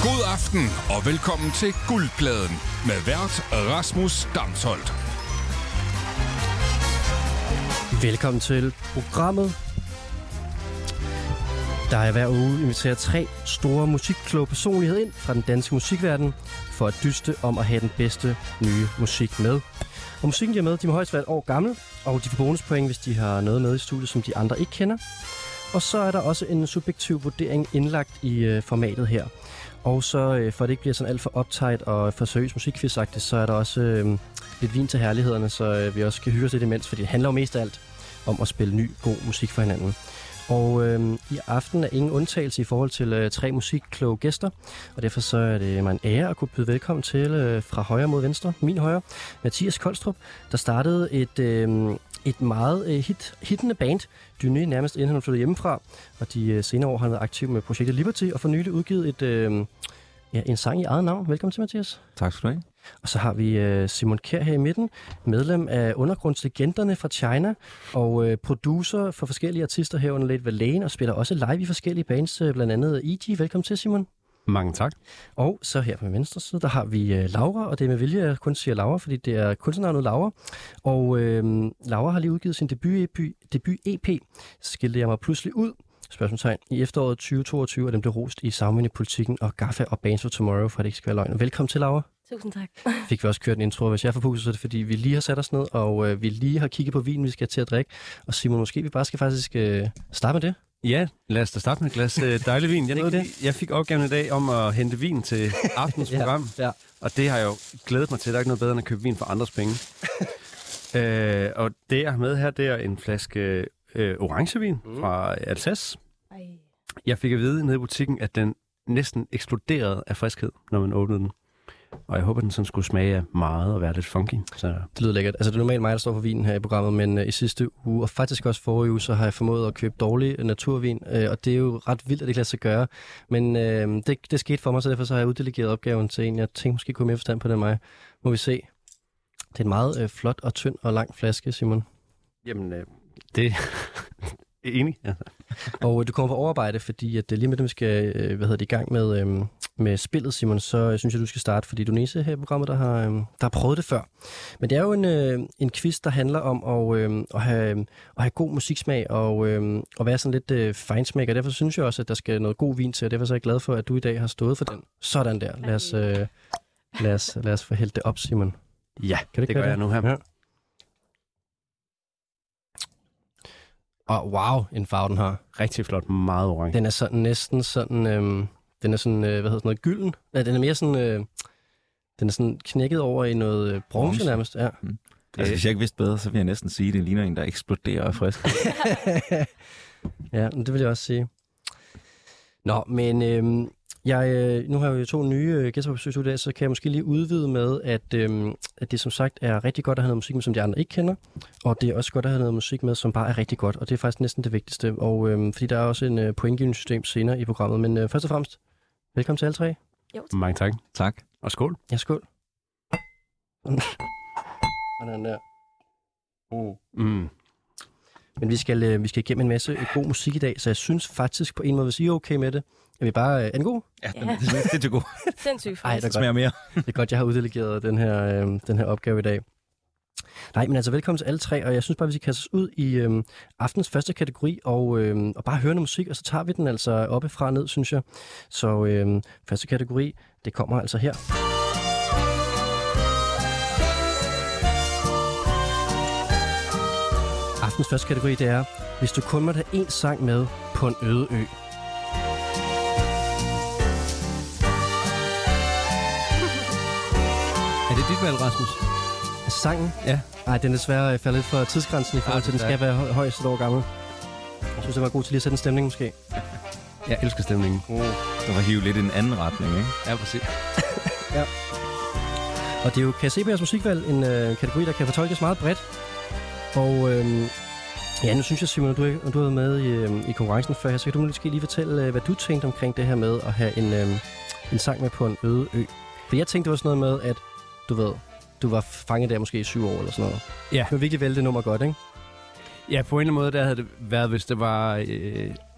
God aften og velkommen til Guldpladen med vært Rasmus Damsholdt. Velkommen til programmet. Der er hver uge inviteret 3 store musikkloge personligheder ind fra den danske musikverden for at dyste om at have den bedste nye musik med. Og musikken de er med, de må højst være et år gammel, og de får bonuspoint, hvis de har noget med i studiet, som de andre ikke kender. Og så er der også en subjektiv vurdering indlagt i formatet her. Og så for at det ikke bliver sådan alt for uptight og for seriøs musikquiz-agtigt, så er der også lidt vin til herlighederne, så vi også kan hygge os lidt imens, fordi det handler jo mest af alt om at spille ny, god musik for hinanden. Og i aften er ingen undtagelse i forhold til 3 musikkloge gæster, og derfor så er det mig en ære at kunne byde velkommen til fra højre mod venstre, min højre, Mathias Kolstrup, der startede et meget hittende band, Dyné, nærmest inden han flyttede hjemmefra, og de senere år har været aktiv med projektet Liberty, og for nylig udgivet en sang i eget navn. Velkommen til, Mathias. Tak skal du have. Og så har vi Simon Kjær her i midten, medlem af Undergrundslegenderne fra China, og producer for forskellige artister herunder Late Valane, og spiller også live i forskellige bands, blandt andet E.G. Velkommen til, Simon. Mange tak. Og så her på min venstre side, der har vi Laura, og det er med vilje, jeg kun siger Laura, fordi det er kunstnernavnet Laura. Og Laura har lige udgivet sin debut-EP, skilte jeg mig pludselig ud, spørgsmålstegn, i efteråret 2022, og den blev rost i Sagmænd i Politikken og Gaffa og Bands for Tomorrow, for at det ikke skal være løgn. Velkommen til, Laura. Tusind tak. Fik vi også kørt en intro, hvis jeg får fokus, så er det fordi, vi lige har sat os ned, og vi lige har kigget på vinen, vi skal til at drikke. Og Simon, måske vi bare skal faktisk starte med det? Ja, lad os da starte med et glas dejlig vin. Jeg fik opgaven i dag om at hente vin til aftens program, ja. Og det har jeg jo glædet mig til. Der er ikke noget bedre end at købe vin for andres penge. Og det jeg har med her, det er en flaske orangevin fra Alsace. Jeg fik at vide nede i butikken, at den næsten eksploderede af friskhed, når man åbnede den. Og jeg håber, den sådan skulle smage af meget og være lidt funky. Så det lyder lækkert. Altså, det er normalt mig, der står for vinen her i programmet, men i sidste uge, og faktisk også forrige uge, så har jeg formået at købe dårlig naturvin, og det er jo ret vildt, at det kan lade sig gøre. Men det skete for mig, så derfor så har jeg uddelegeret opgaven til en. Jeg tænkte måske kunne mere forstand på det end mig. Må vi se. Det er en meget flot og tynd og lang flaske, Simon. Jamen, det er enig. Ja. Og du kommer på overarbejde, fordi at lige med dem, vi skal i gang med spillet, Simon, så synes jeg, du skal starte, fordi du er den eneste her i programmet, der har prøvet det før. Men det er jo en quiz, der handler om at have god musiksmag og være sådan lidt fejnsmæk, og derfor synes jeg også, at der skal noget god vin til, og derfor er jeg glad for, at du i dag har stået for den. Sådan der. Lad os få hældt det op, Simon. Ja, det gør jeg nu her. Ja. Og wow, en farve den har. Rigtig flot, meget orange. Den er sådan næsten sådan, den er sådan, noget gylden. Ja, den er mere sådan, den er sådan knækket over i noget bronze nærmest. Ja. Altså, hvis jeg ikke vidste bedre, så vil jeg næsten sige, at det ligner en, der eksploderer af frisk. Ja, det vil jeg også sige. Nå, men nu har jeg jo 2 nye gæster på besøg i dag, så kan jeg måske lige udvide med, at det som sagt er rigtig godt at have noget musik med, som de andre ikke kender, og det er også godt at have noget musik med, som bare er rigtig godt, og det er faktisk næsten det vigtigste, og fordi der er også en pointgivningssystem senere i programmet, men først og fremmest, velkommen til alle 3. Jo. Mange tak. Tak. Og skål. Ja, skål. Sådan der. Men vi skal igennem en masse god musik i dag, så jeg synes faktisk på en måde, hvis I er okay med det, er vi bare... Er den god? Ja, det er til god. Sindssygt frisk. Det smager mere. Det er godt, jeg har uddelegeret den her opgave i dag. Nej, men altså velkommen til alle 3, og jeg synes bare, vi skal kaste os ud i aftens første kategori, og bare høre noget musik, og så tager vi den altså oppefra ned, synes jeg. Så første kategori, det kommer altså her. Aftens første kategori, det er, hvis du kun måtte have én sang med på en øde ø. Er det dit valg, Rasmus? Sangen? Ja. Nej, den er desværre faldet lidt for tidsgrænsen i forhold til, den skal være højst et år gammel. Jeg synes, det var god til lige at sætte en stemning, måske. Jeg elsker stemningen. Der var hive lidt i en anden retning, ikke? Ja, præcis. Ja. Og det er jo, kan jeg se på jeres musikvalg, en kategori, der kan fortolkes meget bredt. Og ja, nu synes jeg, Simon, du har været med i konkurrencen før, så kan du måske lige fortælle, hvad du tænkte omkring det her med at have en sang med på en øde ø. For jeg tænkte, det var sådan noget med, at du var fanget der måske i 7 år eller sådan noget. Ja. Du virkelig vælge det nummer godt, ikke? Ja, på en eller anden måde, der havde det været, hvis det var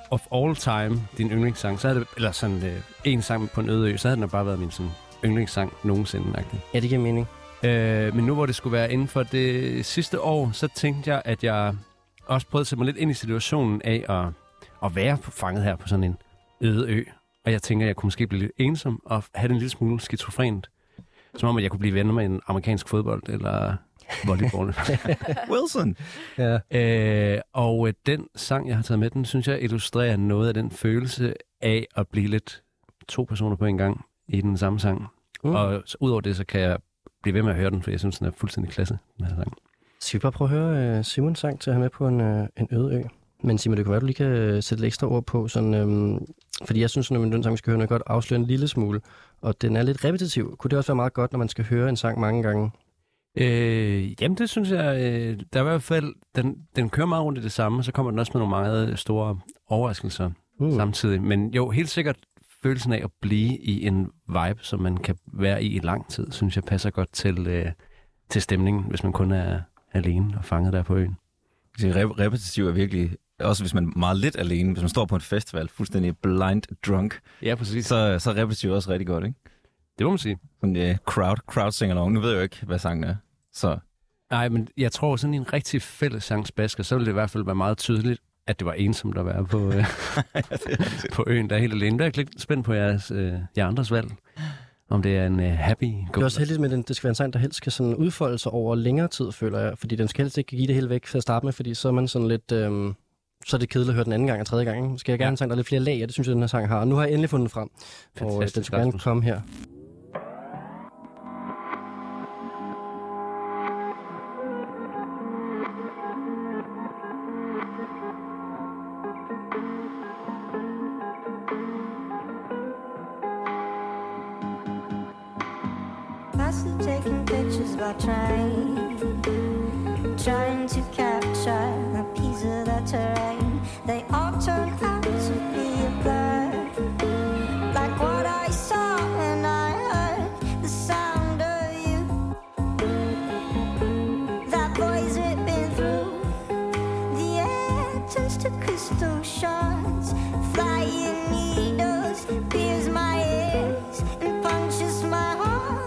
of all time, din yndlingssang, så havde det, eller sådan en sang på en øde ø, så havde den bare været min sådan yndlingssang nogensinde. Ja, det giver mening. Men nu hvor det skulle være inden for det sidste år, så tænkte jeg, at jeg også prøvede at sætte mig lidt ind i situationen af at være fanget her på sådan en øde ø. Og jeg tænker, at jeg kunne måske blive lidt ensom og have det en lille smule skizofrent. Som om, at jeg kunne blive venner med en amerikansk fodbold eller volleyball. Wilson! Ja. Og den sang, jeg har taget med, den synes jeg illustrerer noget af den følelse af at blive lidt 2 personer på en gang i den samme sang. Og udover det, så kan jeg blive ved med at høre den, for jeg synes, den er fuldstændig klasse, den her sang. Skal vi bare prøve at høre Simons sang til at have med på en øde ø? Men Simon, det kan være, at du lige kan sætte lidt ekstra ord på, sådan, fordi jeg synes, at den sang, vi skal høre, godt afsløre en lille smule, og den er lidt repetitiv. Kunne det også være meget godt, når man skal høre en sang mange gange? Jamen, det synes jeg, der er i hvert fald, den kører meget rundt i det samme, så kommer den også med nogle meget store overraskelser samtidig. Men jo, helt sikkert følelsen af at blive i en vibe, som man kan være i lang tid, synes jeg passer godt til stemningen, hvis man kun er alene og fanget der på øen. Repetitiv er virkelig, også hvis man er meget lidt alene, hvis man står på en festival, fuldstændig blind drunk, ja, præcis. Så repetitiv også rigtig godt, ikke? Det må man sige. Sådan crowd sing along. Nu ved jeg jo ikke, hvad sangen er. Så. Nej, men jeg tror, sådan en rigtig fælles sangsbasker, så ville det i hvert fald være meget tydeligt, at det var ensomt at være på, på øen, der er helt alene. Jeg er lidt spændt på jeres andres valg. Om det er en happy go. Det er også heldigt med, at det skal være en sang, der helst skal sådan udfolde sig over længere tid, føler jeg. Fordi den skal helst ikke give det hele væk til at starte med, fordi så er man sådan lidt... så er det kedeligt at høre den anden gang og tredje gang. Skal jeg gerne en sang, der er lidt flere lag, og det synes jeg, den her sang har. Og nu har jeg endelig fundet den frem. Og den skal gerne komme her. Taking pictures by train, trying to capture a piece of the terrain. They all turn out to be a blur, like what I saw when I heard the sound of you. That voice ripping through the air turns to crystal shards. Flying needles pierce my ears and punctures my heart.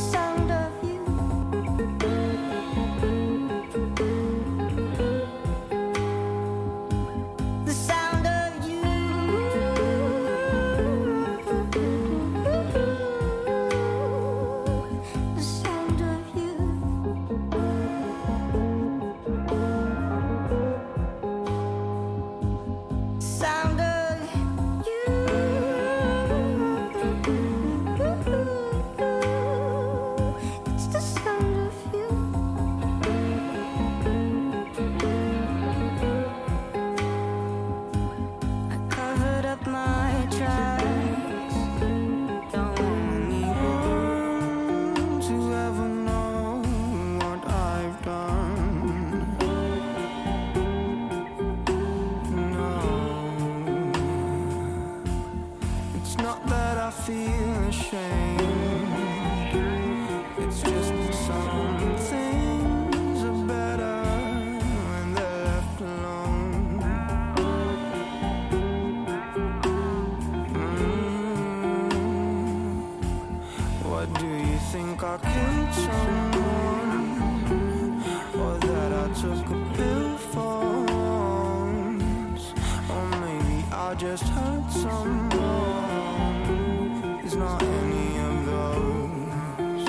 Just hurt someone. It's not any of those.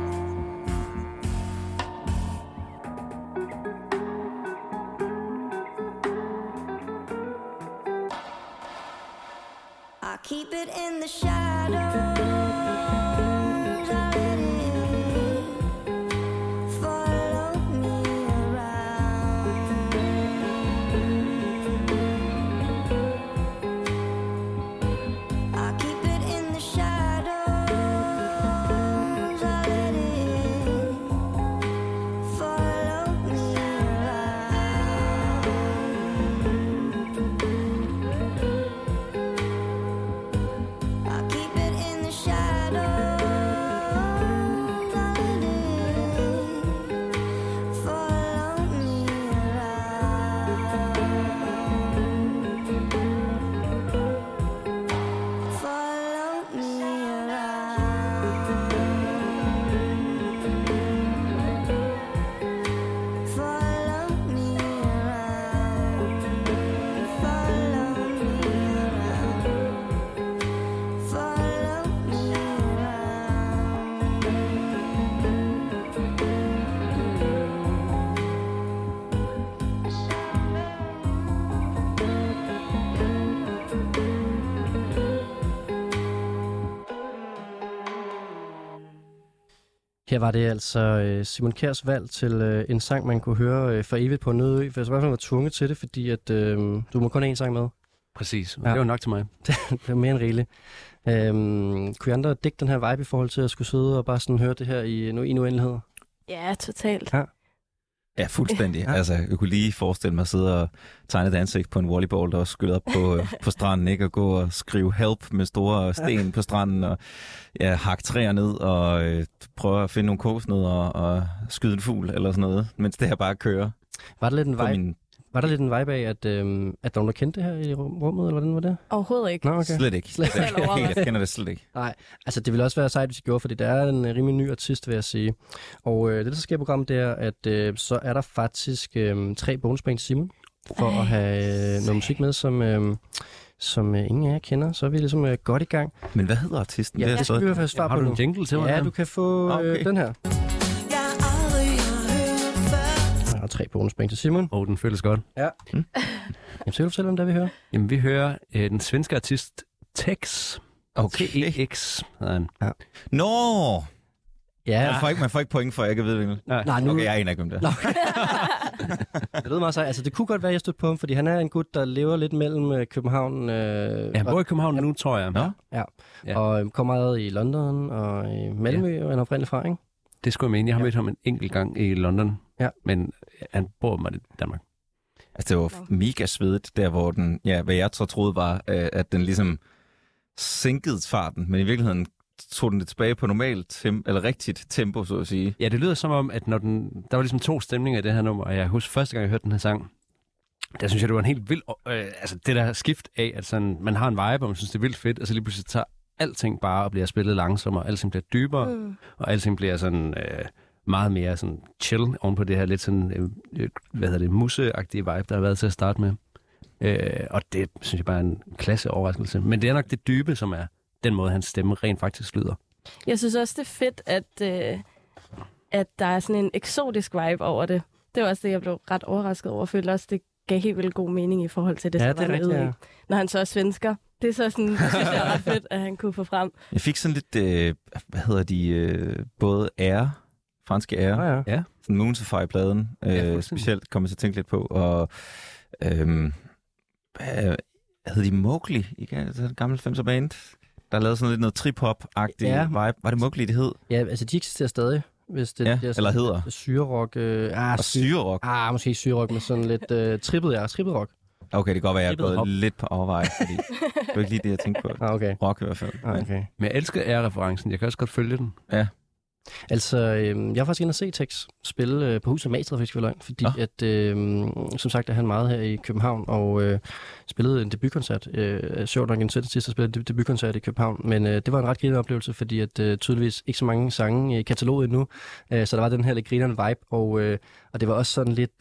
I keep it in the shadows. I let it follow me around. I keep it in the shadows. I let it follow me around. I keep it in the shadows. Her var det altså Simon Kjærs valg til en sang, man kunne høre for evigt på en øde ø. For jeg så i hvert fald var tvunget til det, fordi at, du må kun have en sang med. Præcis. Ja. Det var nok til mig. Det var mere end rigeligt. Kunne I andre dække den her vibe i forhold til at skulle sidde og bare sådan høre det her i en uendelighed? Ja, totalt. Ja, fuldstændig. Ja. Altså, jeg kunne lige forestille mig at sidde og tegne et ansigt på en volleyball, der også skyder op på stranden, ikke? Og gå og skrive help med store sten på stranden, og hakke træer ned, og prøve at finde nogle kokosnødder og skyde en fugl, eller sådan noget, mens det her bare kører. Var der lidt en på vibe, min... var der lidt en vibe af, at der var nogen, der kendte det her i rummet, eller hvordan var det? Overhovedet ikke. Nå, okay. Slet ikke. Jeg kender det slet ikke. Nej, altså det ville også være sejt, hvis I gjorde, fordi det er en rimelig ny artist, vil jeg sige. Og det, der så sker i programmet, det er, at så er der faktisk 3 bonuspoint til Simon, for at have noget musik med, som ingen af jer kender. Så er vi ligesom godt i gang. Men hvad hedder artisten? Ja, det skal vi jo have svar Har på du nu. en jingle til mig? Ja, du kan få den her. Jeg har 3 bonuspoint til Simon. Den føles godt. Ja. Jamen, så kan du fortælle, om det vi hører. Jamen, vi hører den svenske artist Tex. Okay. T-E-X hedder han. Nå! Ja, Man får ikke point for, jeg kan vide, det. nej, nu... Okay, jeg aner ikke, om det er. Det lyder meget sejt. Altså, det kunne godt være, at jeg stødte på ham, fordi han er en gut, der lever lidt mellem København... Han bor i København nu, tror jeg. Nå? Ja. Og kommer meget i London og i Malmø, og han er oprindelig fra, ikke? Det skulle jeg mene. Jeg har mødt ham en enkelt gang i London. Ja. Men han bor mig i Danmark. Altså, det var mega svedigt, der hvor den, hvad jeg så troede var, at den ligesom sænkede farten, men i virkeligheden tog den det tilbage på normalt eller rigtigt tempo, så at sige. Ja, det lyder som om, at når der var ligesom 2 stemninger i det her nummer, og jeg husker første gang, jeg hørte den her sang, der synes jeg, det var en helt vild... altså det der skift af, at sådan, man har en vibe, og man synes, det er vildt fedt, og så lige pludselig tager alting bare og bliver spillet langsommere, alting bliver dybere, og alting bliver sådan... meget mere sådan chill oven på det her lidt sådan, museagtige vibe, der har været til at starte med. Og det synes jeg bare er en klasse overraskelse. Men det er nok det dybe, som er den måde, hans stemme rent faktisk lyder. Jeg synes også, det er fedt, at der er sådan en eksotisk vibe over det. Det var også det, jeg blev ret overrasket over. Jeg følte også, det gav helt vildt god mening i forhold til det, Ja, som det er rigtigt, ja. Når han så er svensker. Det er så sådan, det synes jeg er ret fedt, at han kunne få frem. Jeg fik sådan lidt, både ære, franske ære, Ja. sådan Moonsify-pladen, specielt kommer jeg til at tænke lidt på, og hed de Mowgli, ikke? Det er et gammelt 50'er band, der lavede sådan lidt noget trip-hop-agtigt vibe. Var det Mowgli, det hed? Ja, altså de eksisterer stadig. Hvis det, Ja, det er eller hedder. Syrerock. Og syrerock. Måske ikke syrerock, men sådan lidt trippet rock. Okay, det kan godt være, at jeg er Trippet hop. gået lidt på overvej, fordi det var ikke lige det, jeg tænkte på. Okay. Rock i hvert fald. Okay. Men jeg elsker ære-referencen. Jeg kan også godt følge den. Ja. Altså, jeg har faktisk inde og se Tex spille på Huset Magstred Festival, fordi at, som sagt, er han meget her i København, og spillede en debutkoncert. Sjovt nok en sidste sidst at spille en debutkoncert i København, men det var en ret griner oplevelse, fordi at tydeligvis ikke så mange sange i kataloget endnu, så der var den her lidt grinerende vibe, og det var også sådan lidt...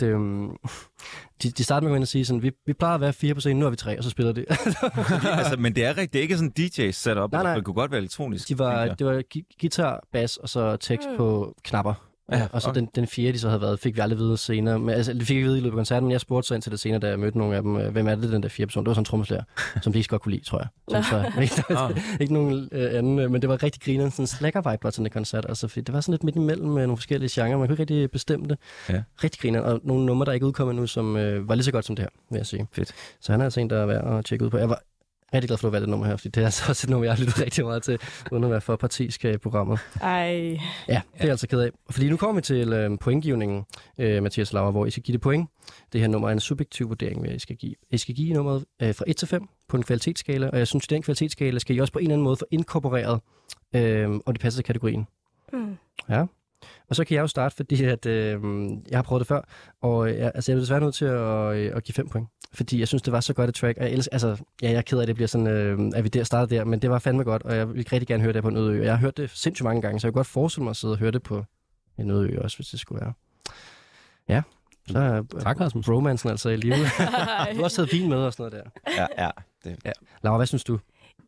De startede med at gå ind og sige sådan, vi plejer at være 4 på scenen, nu er vi 3, og så spiller de. Altså, men det er rigtigt. Det er ikke sådan DJ-setup. Nej. Det kunne godt være elektronisk. Det var guitar, bass og så tekst på knapper. Ja, og så okay. den 4, de så havde været, fik vi aldrig vide senere. Men, altså, det fik vi ikke vide i løbet af koncerten, men jeg spurgte så ind til det senere, da jeg mødte nogle af dem. Hvem er det, den der 4 person? Det var sådan en trommeslager, som de ikke så godt kunne lide, tror jeg. Så ikke nogen anden, men det var rigtig grinerende, sådan en slacker-vibe på sådan en koncert. Altså, fordi det var sådan lidt midt imellem med nogle forskellige genrer. Man kunne ikke rigtig bestemme det. Ja. Rigtig grinerende, og nogle numre, der ikke er udkommet nu, som var lige så godt som det her, vil jeg sige. Fedt. Så han er altså en, der er værd at tjekke ud på. Jeg var rigtig glad for, at du valgte det nummer her, fordi det er altså også et nummer, jeg har lyttet rigtig meget til, uden at være for partisk i programmet. Ej. Ja, det er jeg altså ked af. Fordi nu kommer vi til pointgivningen, Mathias Lauer, hvor I skal give det point. Det her nummer er en subjektiv vurdering, hvad I skal give. I skal give nummeret fra 1 til 5 på en kvalitetsskala, og jeg synes, at den kvalitetsskala skal I også på en eller anden måde få inkorporeret, og det passer til kategorien. Ja. Og så kan jeg jo starte, fordi at, jeg har prøvet det før, og jeg er desværre nødt til at give 5 point. Fordi jeg synes, det var så godt et track, og jeg elsker, altså, jeg er ked af, at det bliver sådan, at vi der starter der, men det var fandme godt, og jeg vil rigtig gerne høre det på en øde ø. Jeg har hørt det sindssygt mange gange, så jeg kunne godt forestille mig at sidde og høre det på en øde ø også, hvis det skulle være. Ja, så er Tak, Rasmus. romancen altså i live. Du har også taget bil med og sådan noget der. Ja. Laura, hvad synes du?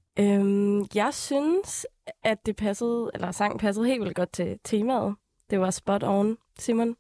Jeg synes, at sangen passede helt vildt godt til temaet. Det var spot on, Simon.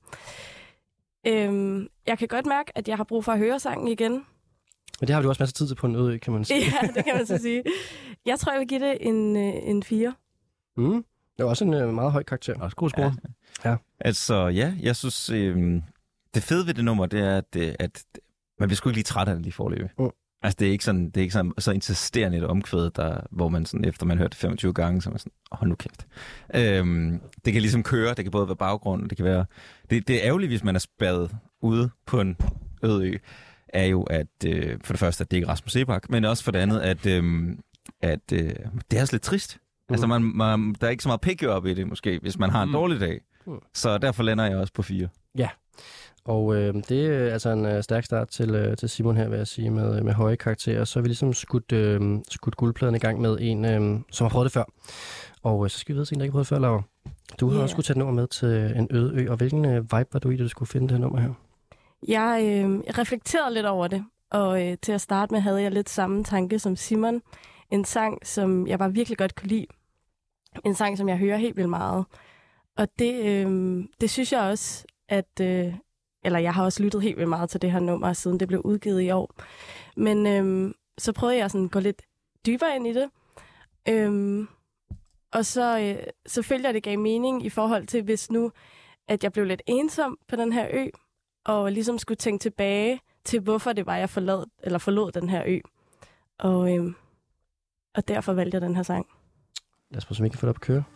Jeg kan godt mærke, at jeg har brug for at høre sangen igen. Men det har du også masser af tid til på en øde ø, kan man sige. Ja, det kan man så sige. Jeg tror, jeg vil give det en 4. Det var også en meget høj karakter. Også god score. Ja. Altså, ja, jeg synes, det fede ved det nummer, det er, at man bliver sgu ikke lige træt af det lige forløbet. Altså, det er ikke sådan så insisterende et omkvæd, hvor man sådan, efter man hørte det 25 gange, så man sådan, hold nu kæft. Det kan ligesom køre, det kan både være baggrund, og det kan være... Det er ærgerligt, hvis man er spærret ude på en øde ø, er jo, at for det første, at det ikke er Rasmus Seebach, men også for det andet, at det er også lidt trist. Altså, der er ikke så meget pick-up i det, måske, hvis man har en dårlig dag. Så derfor lander jeg også på 4. Ja, og det er altså en stærk start til Simon her, vil jeg sige, med høje karakterer. Så er vi ligesom skudt guldpladen i gang med en, som har prøvet det før. Og så skal vi videre til en, der ikke har prøvet det før, Laura. Du har også skulle tage et nummer med til en øde ø, og hvilken vibe var du i, da du skulle finde det her nummer her? Jeg reflekterede lidt over det, og til at starte med havde jeg lidt samme tanke som Simon. En sang, som jeg bare virkelig godt kunne lide. En sang, som jeg hører helt vildt meget. Og det synes jeg også, at... eller jeg har også lyttet helt vildt meget til det her nummer, siden det blev udgivet i år. Men så prøvede jeg sådan at gå lidt dybere ind i det. Og så følte jeg, det gav mening i forhold til, hvis nu, at jeg blev lidt ensom på den her ø, og ligesom skulle tænke tilbage til, hvorfor det var, jeg forlod den her ø. Og derfor valgte jeg den her sang. Lad os prøve, så vi kan få det op at køre.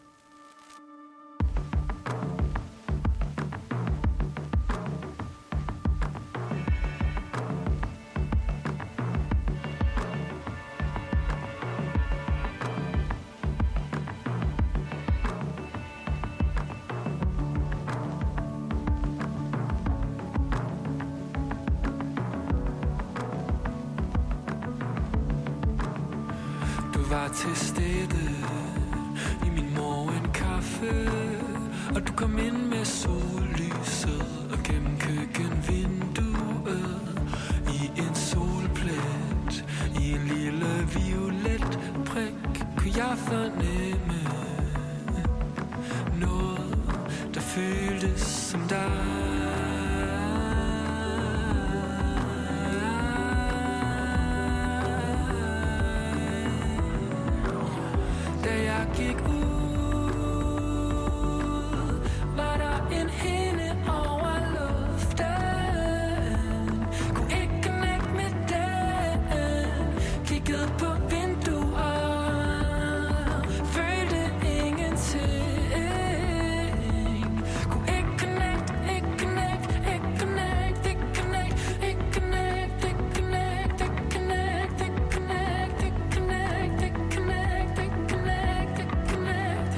Til stede i min morgenkaffe, og du kom ind med sollyset og gennem køkkenvinduet i en solplet, i en lille violet prik, kunne jeg fornemme noget, der føltes som dig. Gik ud, var der en hinde over luften, kunne ikke connect med den, kiggede på vinduer, følte ingenting, kunne ikke connect, ikke connect, ikke connect, ikke connect, ikke connect, ikke connect, ikke connect, ikke connect, ikke connect, ikke connect, ikke connect.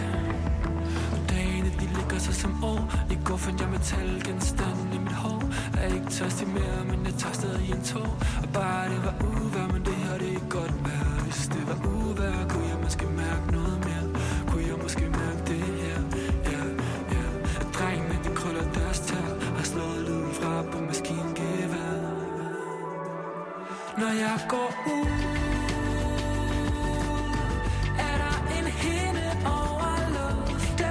Som år. I går fandt jeg metalgenstanden i mit hår. Jeg er ikke tørstig mere, men jeg tager stadig en tår. Og bare det var uvejr, men det her det er godt mere. Hvis det var uvejr, kunne jeg måske mærke noget mere. Kunne jeg måske mærke det her. Ja, ja. At drengene, de krøller deres tær, har slået lyden fra på maskingevær. Når jeg går ud, er der en hinde over luften.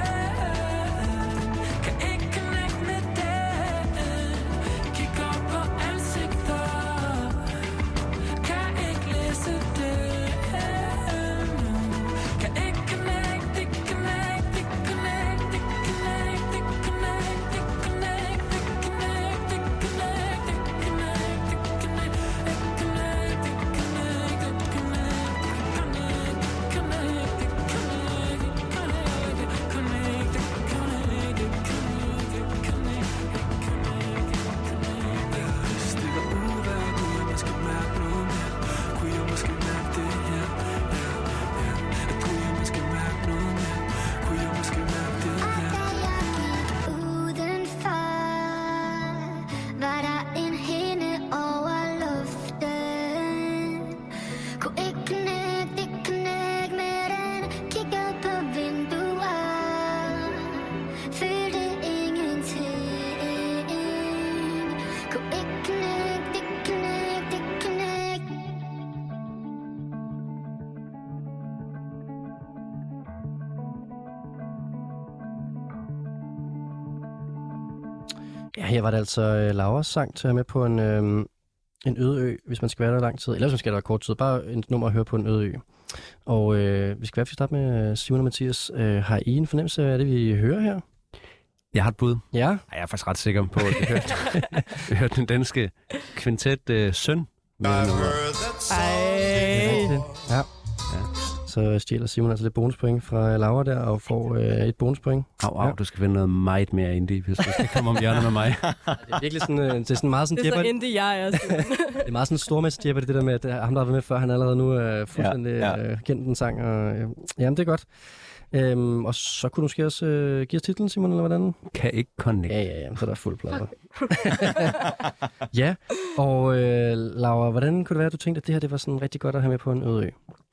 Ja, her var det altså Lauras sang til at med på en øde ø, hvis man skal være der lang tid. Eller hvis man skal være der kort tid. Bare et nummer at høre på en øde ø. Og vi skal i hvert fald starte med Simon og Mathias. Har I en fornemmelse af det, vi hører her? Jeg har et bud. Ja. Jeg er faktisk ret sikker på, at vi hørte den danske kvintet Søn. Ja. Så stjæler Simon altså lidt bonuspoint fra Laura der, og får et bonuspoint. Du skal finde noget meget mere indie, hvis du skal komme om hjørnet med mig. Det er virkelig sådan, det er sådan meget sådan... Det er så indie, jeg er. Det er meget sådan stormæssigt Jeopardy, det der med, at ham, der har været med før, han allerede nu er fuldstændig kendt den sang. Og, jamen, det er godt. Og så kunne du måske også give os titlen, Simon, eller hvordan? Kan ikke connect. Ja, så der er fuld plade. Ja, og Laura, hvordan kunne det være, at du tænkte, at det her det var sådan rigtig godt at have med på en øde ø?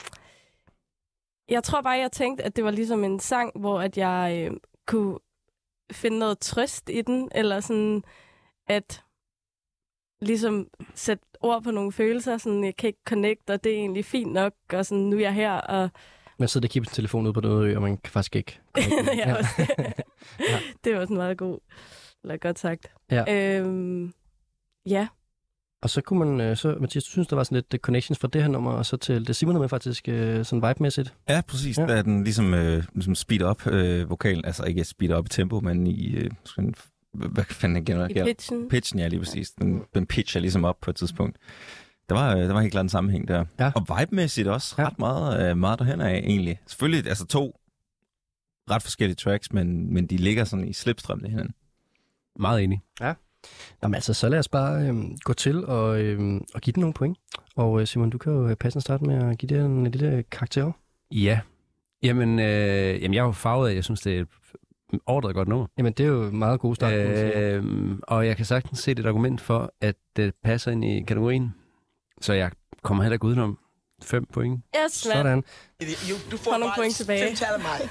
Jeg tror bare, jeg tænkte, at det var ligesom en sang, hvor at jeg kunne finde noget trøst i den, eller sådan at ligesom sætte ord på nogle følelser, sådan jeg kan ikke connect, og det er egentlig fint nok, og sådan nu er jeg her, og... Man sidder og kigger på telefonen ude på den øde ø, og man kan faktisk ikke... Ja. Det var sådan meget god, eller godt sagt. Ja. Ja. Og så kunne man, Mathias, du synes, der var sådan lidt connections fra det her nummer, og så til det Simon med faktisk sådan vibe-mæssigt. Ja, præcis. Ja. Der er den ligesom speed up vokalen, altså ikke speed up i tempo, men i sådan, hvad fanden igen? I pitchen. Pitchen, ja, lige præcis. Den pitcher ligesom op på et tidspunkt. Der var helt klart en sammenhæng der. Ja. Og vibe-mæssigt også ret meget derhen af egentlig. Selvfølgelig, altså 2 ret forskellige tracks, men de ligger sådan i slipstrømmen hinanden. Meget enig. Ja. Jamen altså, så lad os bare gå til og give den nogle point. Og Simon, du kan jo passende starte med at give det en lille karakter. Ja. Jamen, jeg er jo farvet af, jeg synes, det er et overdrevet godt nummer. Jamen, det er jo meget god start. Og jeg kan sagtens se et argument for, at det passer ind i kategorien. Så jeg kommer heller ikke udenom 5 point. Yes, sådan. Du får nogle point tilbage. Et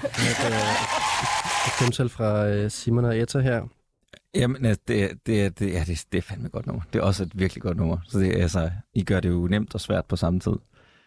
5-tal fra Simon og Etta her. Jamen, det er fandme et godt nummer. Det er også et virkelig godt nummer. Så det, altså, I gør det jo nemt og svært på samme tid.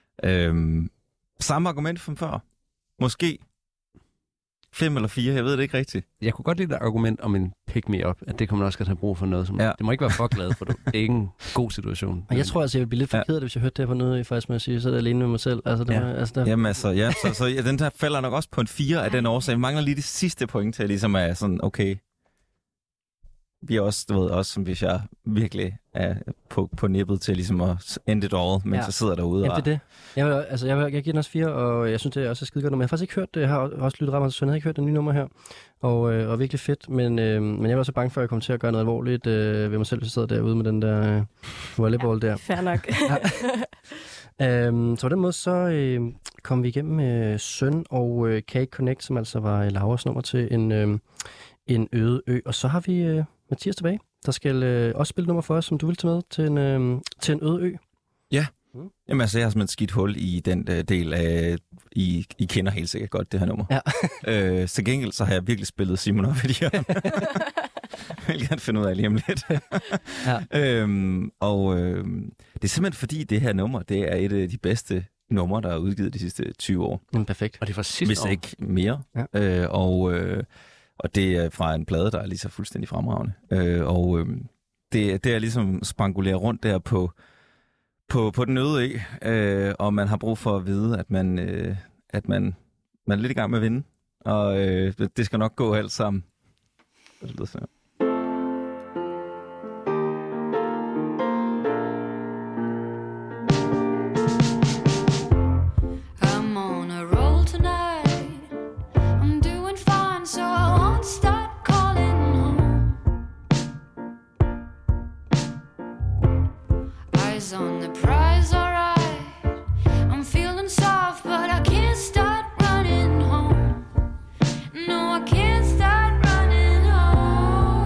Samme argument som før. Måske 5 eller 4, jeg ved det ikke rigtigt. Jeg kunne godt lide et argument om en pick-me-up, at det kunne man også godt have brug for noget. Som, det må ikke være for glad, for det er ikke en god situation. Og jeg tror altså, jeg ville blive lidt forkert, hvis jeg hørte det her på noget, faktisk må jeg sige, så er det alene med mig selv. Altså, det var, Jamen altså, så den der falder nok også på en 4 af den årsag. Vi mangler lige det sidste point til, ligesom er sådan, okay, vi er også, du ved, også som hvis jeg virkelig er på nippet til ligesom at end it all, mens jeg sidder derude. Ja, det er det. Jeg giver den også 4, og jeg synes, det er også skide godt nummer. Jeg har faktisk ikke hørt det. Jeg har også lyttet ret meget, så jeg har ikke hørt det nye nummer her. Og virkelig fedt, men jeg var så bange for, at jeg kom til at gøre noget alvorligt ved mig selv, hvis jeg sidder derude med den der volleyball der. Fair nok. Så på den måde, så kom vi igennem Søn og Cake Connect, som altså var Lauras nummer til en øde ø. Og så har vi Mathias tilbage, der skal også spille nummer for os, som du vil tage med til en øde ø. Ja. Jamen altså, jeg har simpelthen skidt hul i den del af... I kender helt sikkert godt det her nummer. Ja. Til gengæld så har jeg virkelig spillet Simon op i de her. Jeg vil gerne finde ud af lige om lidt. Ja. Det er simpelthen fordi, det her nummer, det er et af de bedste numre, der er udgivet de sidste 20 år. Perfekt. Og det var sidste Hvis år. ikke mere. Ja. Og det er fra en plade, der er lige så fuldstændig fremragende. Det er ligesom spangulere rundt der på den øde ø, og man har brug for at vide, at man er lidt i gang med at vinde. Og det skal nok gå alt sammen. Det lyder sådan. On the prize, alright. I'm feeling soft, but I can't start running home. No, I can't start running home.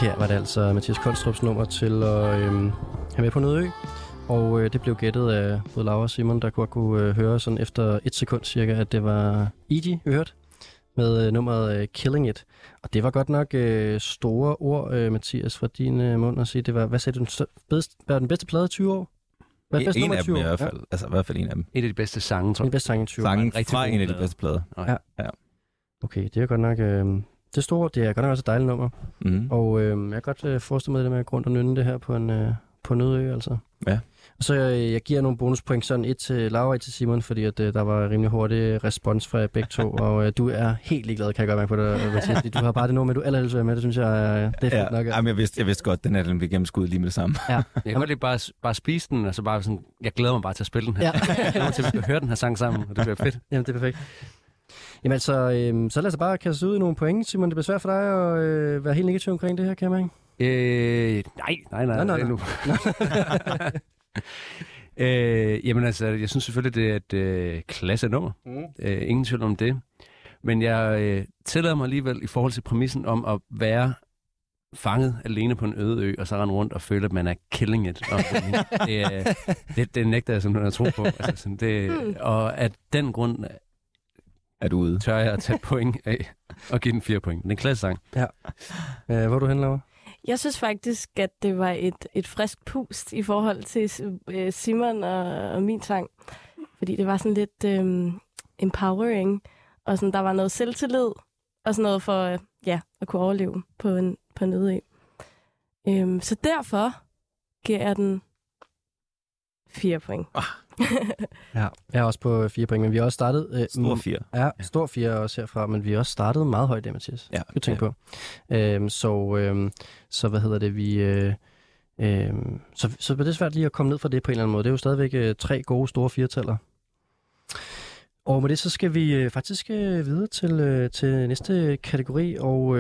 Her var det altså Mathias Kolstrups nummer til at have med på Nødø. Og det blev gættet af både Laura og Simon, der godt kunne høre sådan efter 1 sekund cirka, at det var Edie, vi hørte, med nummeret Killing It. Og det var godt nok store ord, Mathias, fra din mund at sige. Det var, hvad sagde du, var den bedste plade i 20 år? En af dem i hvert fald. Ja. Altså i hvert fald en af dem. Et af de bedste sange, tror jeg. Den bedste sang i 20 år. Sangen fra en af de bedste plader. Ja. Okay, det er godt nok... det er store, det er godt nok også et dejligt nummer. Og jeg kan godt forestille mig det med at gå rundt og nynne det her på Nødø, altså. Ja. Og så jeg giver nogle bonuspoint, sådan et til Laura og et til Simon, fordi at, der var rimelig hurtig respons fra begge to, og du er helt ligeglad, kan jeg godt mærke på dig, Mathias. Du har bare det nummer, du allerhelst vil være med, det synes jeg, det er fedt nok. Jamen, jeg vidste godt, den blev gennemskuddet lige med det samme. Ja. Jeg kan godt lige bare spise den, og så bare sådan, jeg glæder mig bare til at spille den her. Jeg glæder mig til, at vi skal høre den her sang sammen, og det bliver fedt. Jamen, det er perfekt. Jamen altså, så lad os bare kaste ud i nogle point, Simon. Det bliver svært for dig at være helt negativ omkring det her, kan jeg mærke? Nej. Jamen altså, jeg synes selvfølgelig, det er et klasse nummer. Ingen tvivl om det. Men jeg tillader mig alligevel i forhold til præmissen om at være fanget alene på en øde ø, og så rende rundt og føle, at man er killing it. Og det nægter jeg simpelthen at tro på. Altså, sådan, og af den grund er du ude. Tør jeg at tage point af og give den 4 point. Det er en klasse sang. Ja. Hvor er du hen, Laura? Jeg synes faktisk, at det var et frisk pust i forhold til Simon og min sang. Fordi det var sådan lidt empowering, og sådan, der var noget selvtillid, og sådan noget for at kunne overleve på en øde ø. Så derfor giver jeg den 4 point. Ja, jeg er også på 4 point, men vi har også startet... stor 4. Ja, stor 4 også herfra, men vi har også startet meget højt der, Mathias. Ja. Skal tænke på. Så hvad hedder det, vi... Så det er svært lige at komme ned fra det på en eller anden måde. Det er jo stadigvæk 3 gode store 4-taller. Og med det, så skal vi faktisk videre til næste kategori,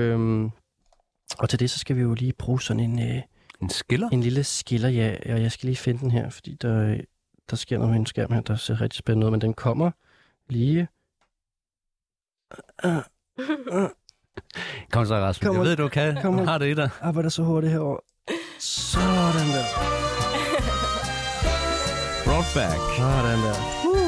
og til det, så skal vi jo lige bruge sådan en skiller? En lille skiller, ja. Og jeg skal lige finde den her, fordi der sker noget med en skærm her, der ser rigtig spændende ud, men den kommer lige... Kom så, Rasmus. Jeg ved, du kan. Du har det i dig. Arbejder så hurtigt herovre. Sådan der. Broadback. Sådan der.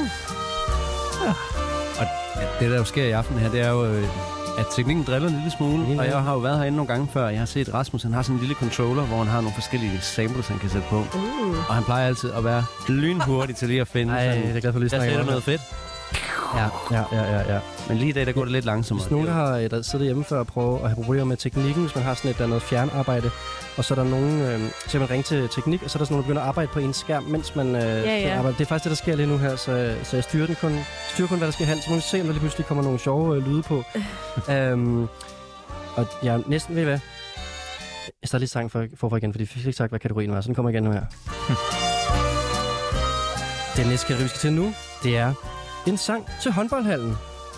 Og det, der jo sker i aften her, det er jo, at teknikken driller en lille smule. Og jeg har jo været herinde nogle gange før. Jeg har set Rasmus, han har sådan en lille controller, hvor han har nogle forskellige samples, han kan sætte på. Og han plejer altid at være lynhurtig til lige at finde. Ej, det er glad for lige at snakke noget fedt. Ja. Men lige i dag, der går det lidt langsommere. Hvis nogen, der sidder hjemme før og prøver at have problemer med teknikken, hvis man har sådan noget fjernarbejde, og så er der nogen, så man ringe til teknik, og så er der sådan nogen, der begynder at arbejde på en skærm, mens man arbejder. Det er faktisk det, der sker lige nu her, så jeg styrer kun, hvad der sker halvt, så må vi se, om der lige pludselig kommer nogle sjove lyde på. Og jeg er næsten ved hvad. Jeg starter lige sang forfra igen, fordi vi fik ikke sagt, hvad kategorien var, så den kommer igen nu her. Den næste kategori, vi skal til nu, det er en sang til håndboldhallen.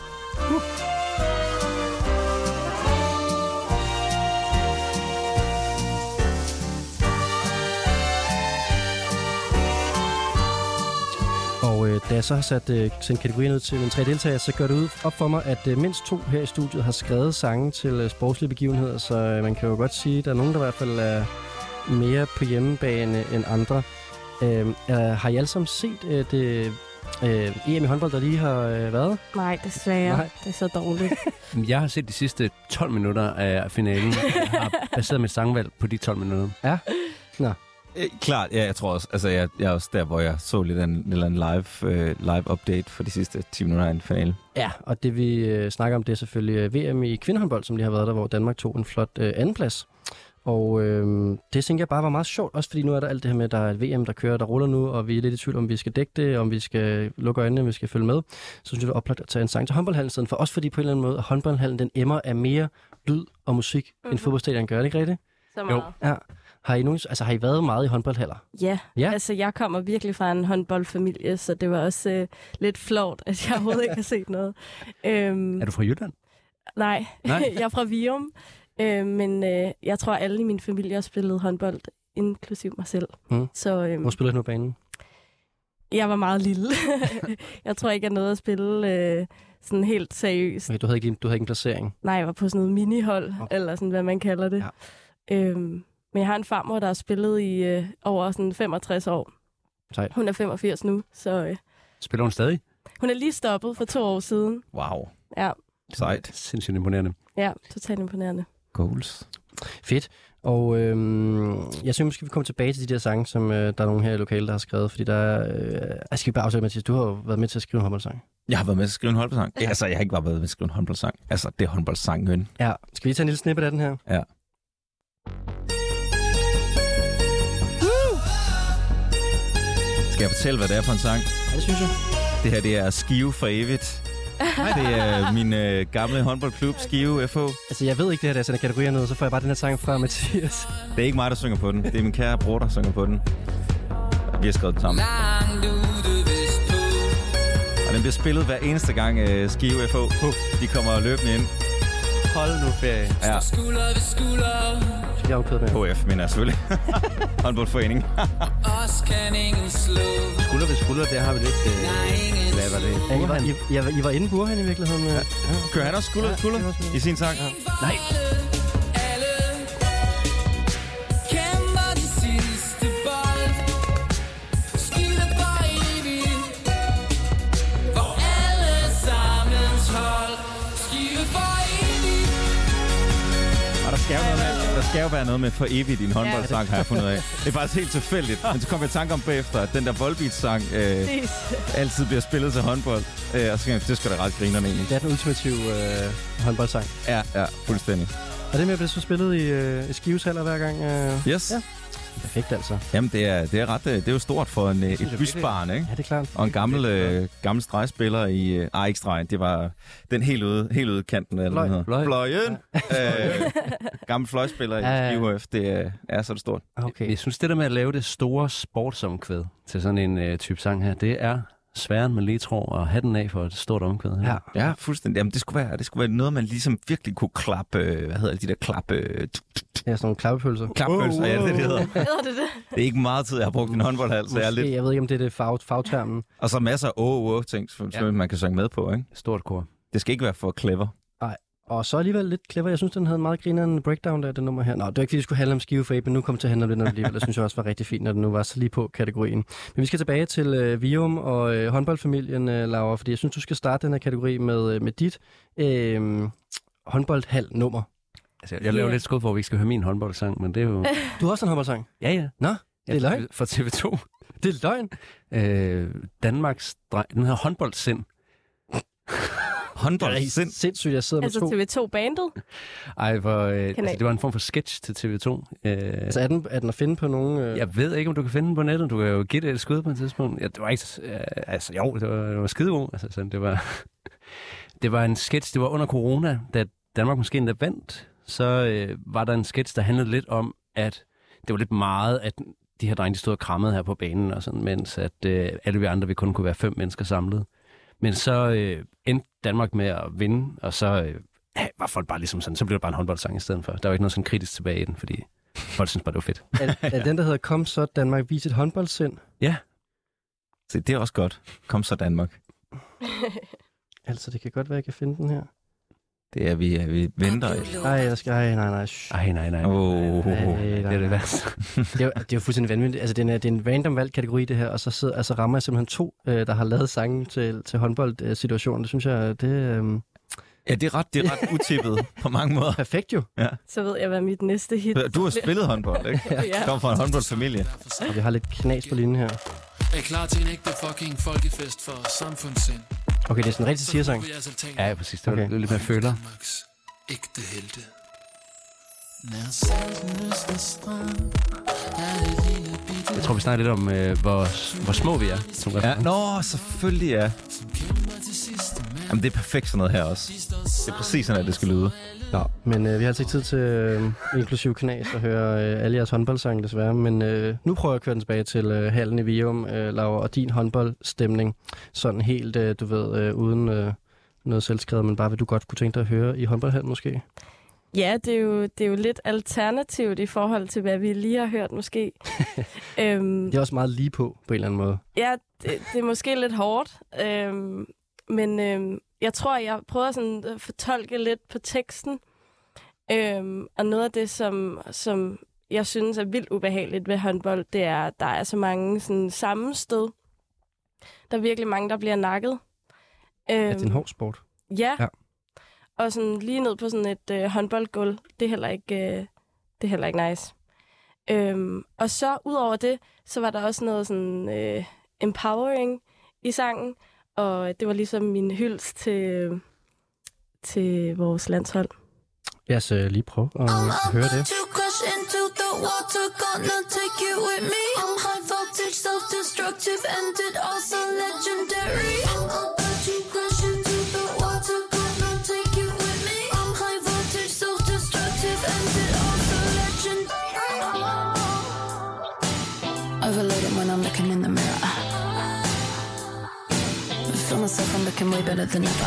Og da jeg så har sendt kategorien ud til mine 3 deltagere, så gør det op for mig, at mindst 2 her i studiet har skrevet sange til sportslige begivenheder, så man kan jo godt sige, at der er nogen, der i hvert fald er mere på hjemmebane end andre. Har I alle sammen set det EM i håndbold, der lige har været? Nej, desværre. Nej. Det er så dårligt. Jeg har set de sidste 12 minutter af finalen. Jeg har baseret mit sangvalg på de 12 minutter. Ja? Nå. Klart, ja, jeg tror også. Altså, jeg er også der, hvor jeg så lidt en live update for de sidste 10 minutter af en finale. Ja, og det vi snakker om, det er selvfølgelig VM i kvindehåndbold, som lige har været der, hvor Danmark tog en flot andenplads. Og det tænker jeg bare var meget sjovt, også fordi nu er der alt det her med, at der er et VM, der kører, der ruller nu, og vi er lidt i tvivl, om vi skal dække det, om vi skal lukke øjnene, om vi skal følge med. Så synes jeg, det er oplagt at tage en sang til håndboldhallen stedet for, også fordi på en eller anden måde, at håndboldhallen, den emmer af mere lyd og musik, end fodboldstadion gør, det ikke rigtigt? Så meget. Jo. Ja. Har I været meget i håndboldhaller? Ja, altså jeg kommer virkelig fra en håndboldfamilie, så det var også lidt flot, at jeg overhovedet ikke har set noget. Er du fra Jylland? Nej. Jeg er fra Virum. Men jeg tror, alle i min familie har spillet håndbold, inklusiv mig selv. Så, hvor spiller du nu banen? Jeg var meget lille. Jeg tror ikke, jeg nåede at spille sådan helt seriøst. Okay, du havde ikke en placering? Nej, jeg var på sådan noget minihold, eller sådan, hvad man kalder det. Men jeg har en farmor, der har spillet i over sådan 65 år. Sejt. Hun er 85 nu, så Spiller hun stadig? hun er lige stoppet for 2 år siden. Wow. Ja, Sejt. Sindssygt imponerende. ja, totalt imponerende. Goals. Fedt. Og jeg synes måske, vi kommer tilbage til de der sange, som der er nogen her i lokalet, der har skrevet. Fordi der er... jeg skal bare afsætte, Mathias, du har jo været med til at skrive en håndboldsang. Jeg har været med til at skrive en håndboldsang. Ja. Altså, jeg har ikke bare været med til at skrive en håndboldsang. Altså, det er håndboldsangen. Ja. Skal vi tage en lille snippet af den her? Ja. Skal jeg fortælle, hvad det er for en sang? Ja, det synes jeg. Det her, det er Skive for evigt. Det er min gamle håndboldklub, Skive FH. Altså, jeg ved ikke det her, der sender kategorier ned, så får jeg bare den her sang fra Mathias. Det er ikke mig, der synger på den. Det er min kære bror, der synger på den. Vi har skrevet den sammen. Og den bliver spillet hver eneste gang Skive FH. De kommer løbende ind. Hold nu ferie. Ja. Så jeg er med. HF, mener jeg selvfølgelig. Håndboldforening. Skulder ved skulder, der har vi lidt... hvad var det? Ja, I var inde i Burhan i virkeligheden. Ja. Kører han også skulder ved skulder i sin sang? Ja. Nej. Der skal jo være noget med for evigt i en håndboldsang, har jeg fundet af. Det er faktisk helt tilfældigt. Men så kom jeg i tanke om bagefter, at den der Volbeat-sang altid bliver spillet til håndbold. Og så det skal da ret grinerne egentlig. Det er den ultimative håndboldsang. Ja, fuldstændig. Og det med at blive så spillet i Skives haller hver gang? Yes. Ja. Perfekt, altså. Jamen, det er ret... Det er jo stort for et bysbarn, ikke? Ja, det er klart. Og en gammel stregspiller i... ikke stregen, det var den helt ude kanten. Eller Fløjen. Ja. Gammel fløjspiller i Skive HF. Det er så det stort. Okay. Jeg synes, det der med at lave det store sportsomkvæd til sådan en type sang her, det er sværere, end man lige tror, og have den af for et stort omkvæd. Ja, fuldstændig. Jamen, det skulle være noget, man ligesom virkelig kunne klappe... hvad hedder de der klappe... Ja, sådan nogle klappepølser. Klappepølser, ja, det hedder. Det Det er ikke meget tid, jeg har brugt en håndboldhal, så jeg er lidt... Jeg ved ikke, om det er det fagtermen. Og så masser af ting, som man kan synge med på, ikke? Stort kor. Det skal ikke være for clever. Nej. Og så alligevel lidt clever. Jeg synes, den havde en meget grinerende breakdown, der det nummer her. Nå, det var ikke, fordi det skulle handle om Skive for men nu kom til at handle om det alligevel. Det synes jeg også var rigtig fint, når den nu var så lige på kategorien. Men vi skal tilbage til Vium og håndboldfamilien, Laura, fordi jeg synes, du skal starte den her kategori med dit håndboldhal-nummer. Altså, jeg laver lidt skud for, at vi ikke skal høre min håndboldsang, men det er jo... Du har også en håndboldsang? Ja. Nå, det er løgn. For TV2. Det er løgn? Danmarks... Den hedder Håndboldsind. Håndboldsind? Sindssygt, jeg sidder med to. Altså TV2-bandet? Ej, det var en form for sketch til TV2. Så er den at finde på nogen... Jeg ved ikke, om du kan finde den på nettet. Du kan jo give det et skud på et tidspunkt. Ja, det var ikke... det var skidegod. Altså, sådan, det var en sketch. Det var under corona, da Danmark måske endda vandt. Så var der en sketch, der handlede lidt om, at det var lidt meget, at de her drenge, de stod og krammede her på banen, og sådan, mens at alle vi andre, vi kun kunne være 5 mennesker samlet. Men så endte Danmark med at vinde, og så var folk bare ligesom sådan, så blev det bare en håndboldsang i stedet for. Der var ikke noget sådan kritisk tilbage i den, fordi folk synes bare, det var fedt. Er den, der hedder Kom så Danmark, vis et håndboldsind? Ja. Så det er også godt. Kom så Danmark. Altså, det kan godt være, jeg kan finde den her. Det er vi venter. Nej. Nej. Det er det værste. Det er jo fuldstændig vanvittigt. Altså, det er en random valgt kategori, det her, og så rammer jeg simpelthen 2, der har lavet sange til håndboldsituationen. Det synes jeg, Ja, det er ret utippet på mange måder. Perfekt jo. Ja. Så ved jeg, hvad mit næste hit... Du har spillet håndbold, ikke? Ja. Kom fra en håndboldfamilie. Og vi har lidt knas på linjen her. Er klar til en ægte fucking folkefest for samfundssind? Okay, det er sådan en rigtig siger-sang. Ja, præcis. Det var lidt mere føler. Danmarks ægte helte. Nær Saltenøster strand er et lille bitte. Jeg tror, vi snakker lidt om, hvor små vi er. Ja, selvfølgelig ja. Jamen, det er perfekt sådan noget her også. Det er præcis sådan, at det skal lyde. Nå, men vi har altså ikke tid til inklusiv knas at høre alle jeres håndboldsange, desværre. Men nu prøver jeg at køre den tilbage til hallen i Vium, Laura, og din håndboldstemning. Sådan helt, du ved, uden noget selvskrevet, men bare hvad du godt kunne tænke dig at høre i håndboldhallen måske? Ja, det er jo lidt alternativt i forhold til, hvad vi lige har hørt måske. Det er også meget lige på en eller anden måde. Ja, det er måske lidt hårdt. Men jeg tror, jeg prøver sådan at fortolke lidt på teksten. Og noget af det, som jeg synes er vildt ubehageligt ved håndbold, det er, at der er så mange sådan, sammenstød. Der er virkelig mange, der bliver nakket. Er det en hård sport? Ja. Ja. Og sådan lige ned på sådan et håndboldgulv, det er heller ikke nice. Og så ud over det, så var der også noget sådan empowering i sangen, og det var ligesom min hyldest til vores landshold. Lad os lige prøve at høre det. Water gonna take you with me. I'm high voltage, self-destructive, and it also legendary. I'm about to crash into the water, gonna take you with me. I'm high voltage, self-destructive, and it also legendary. Overloaded when I'm looking in the mirror. I feel myself, I'm looking way better than ever.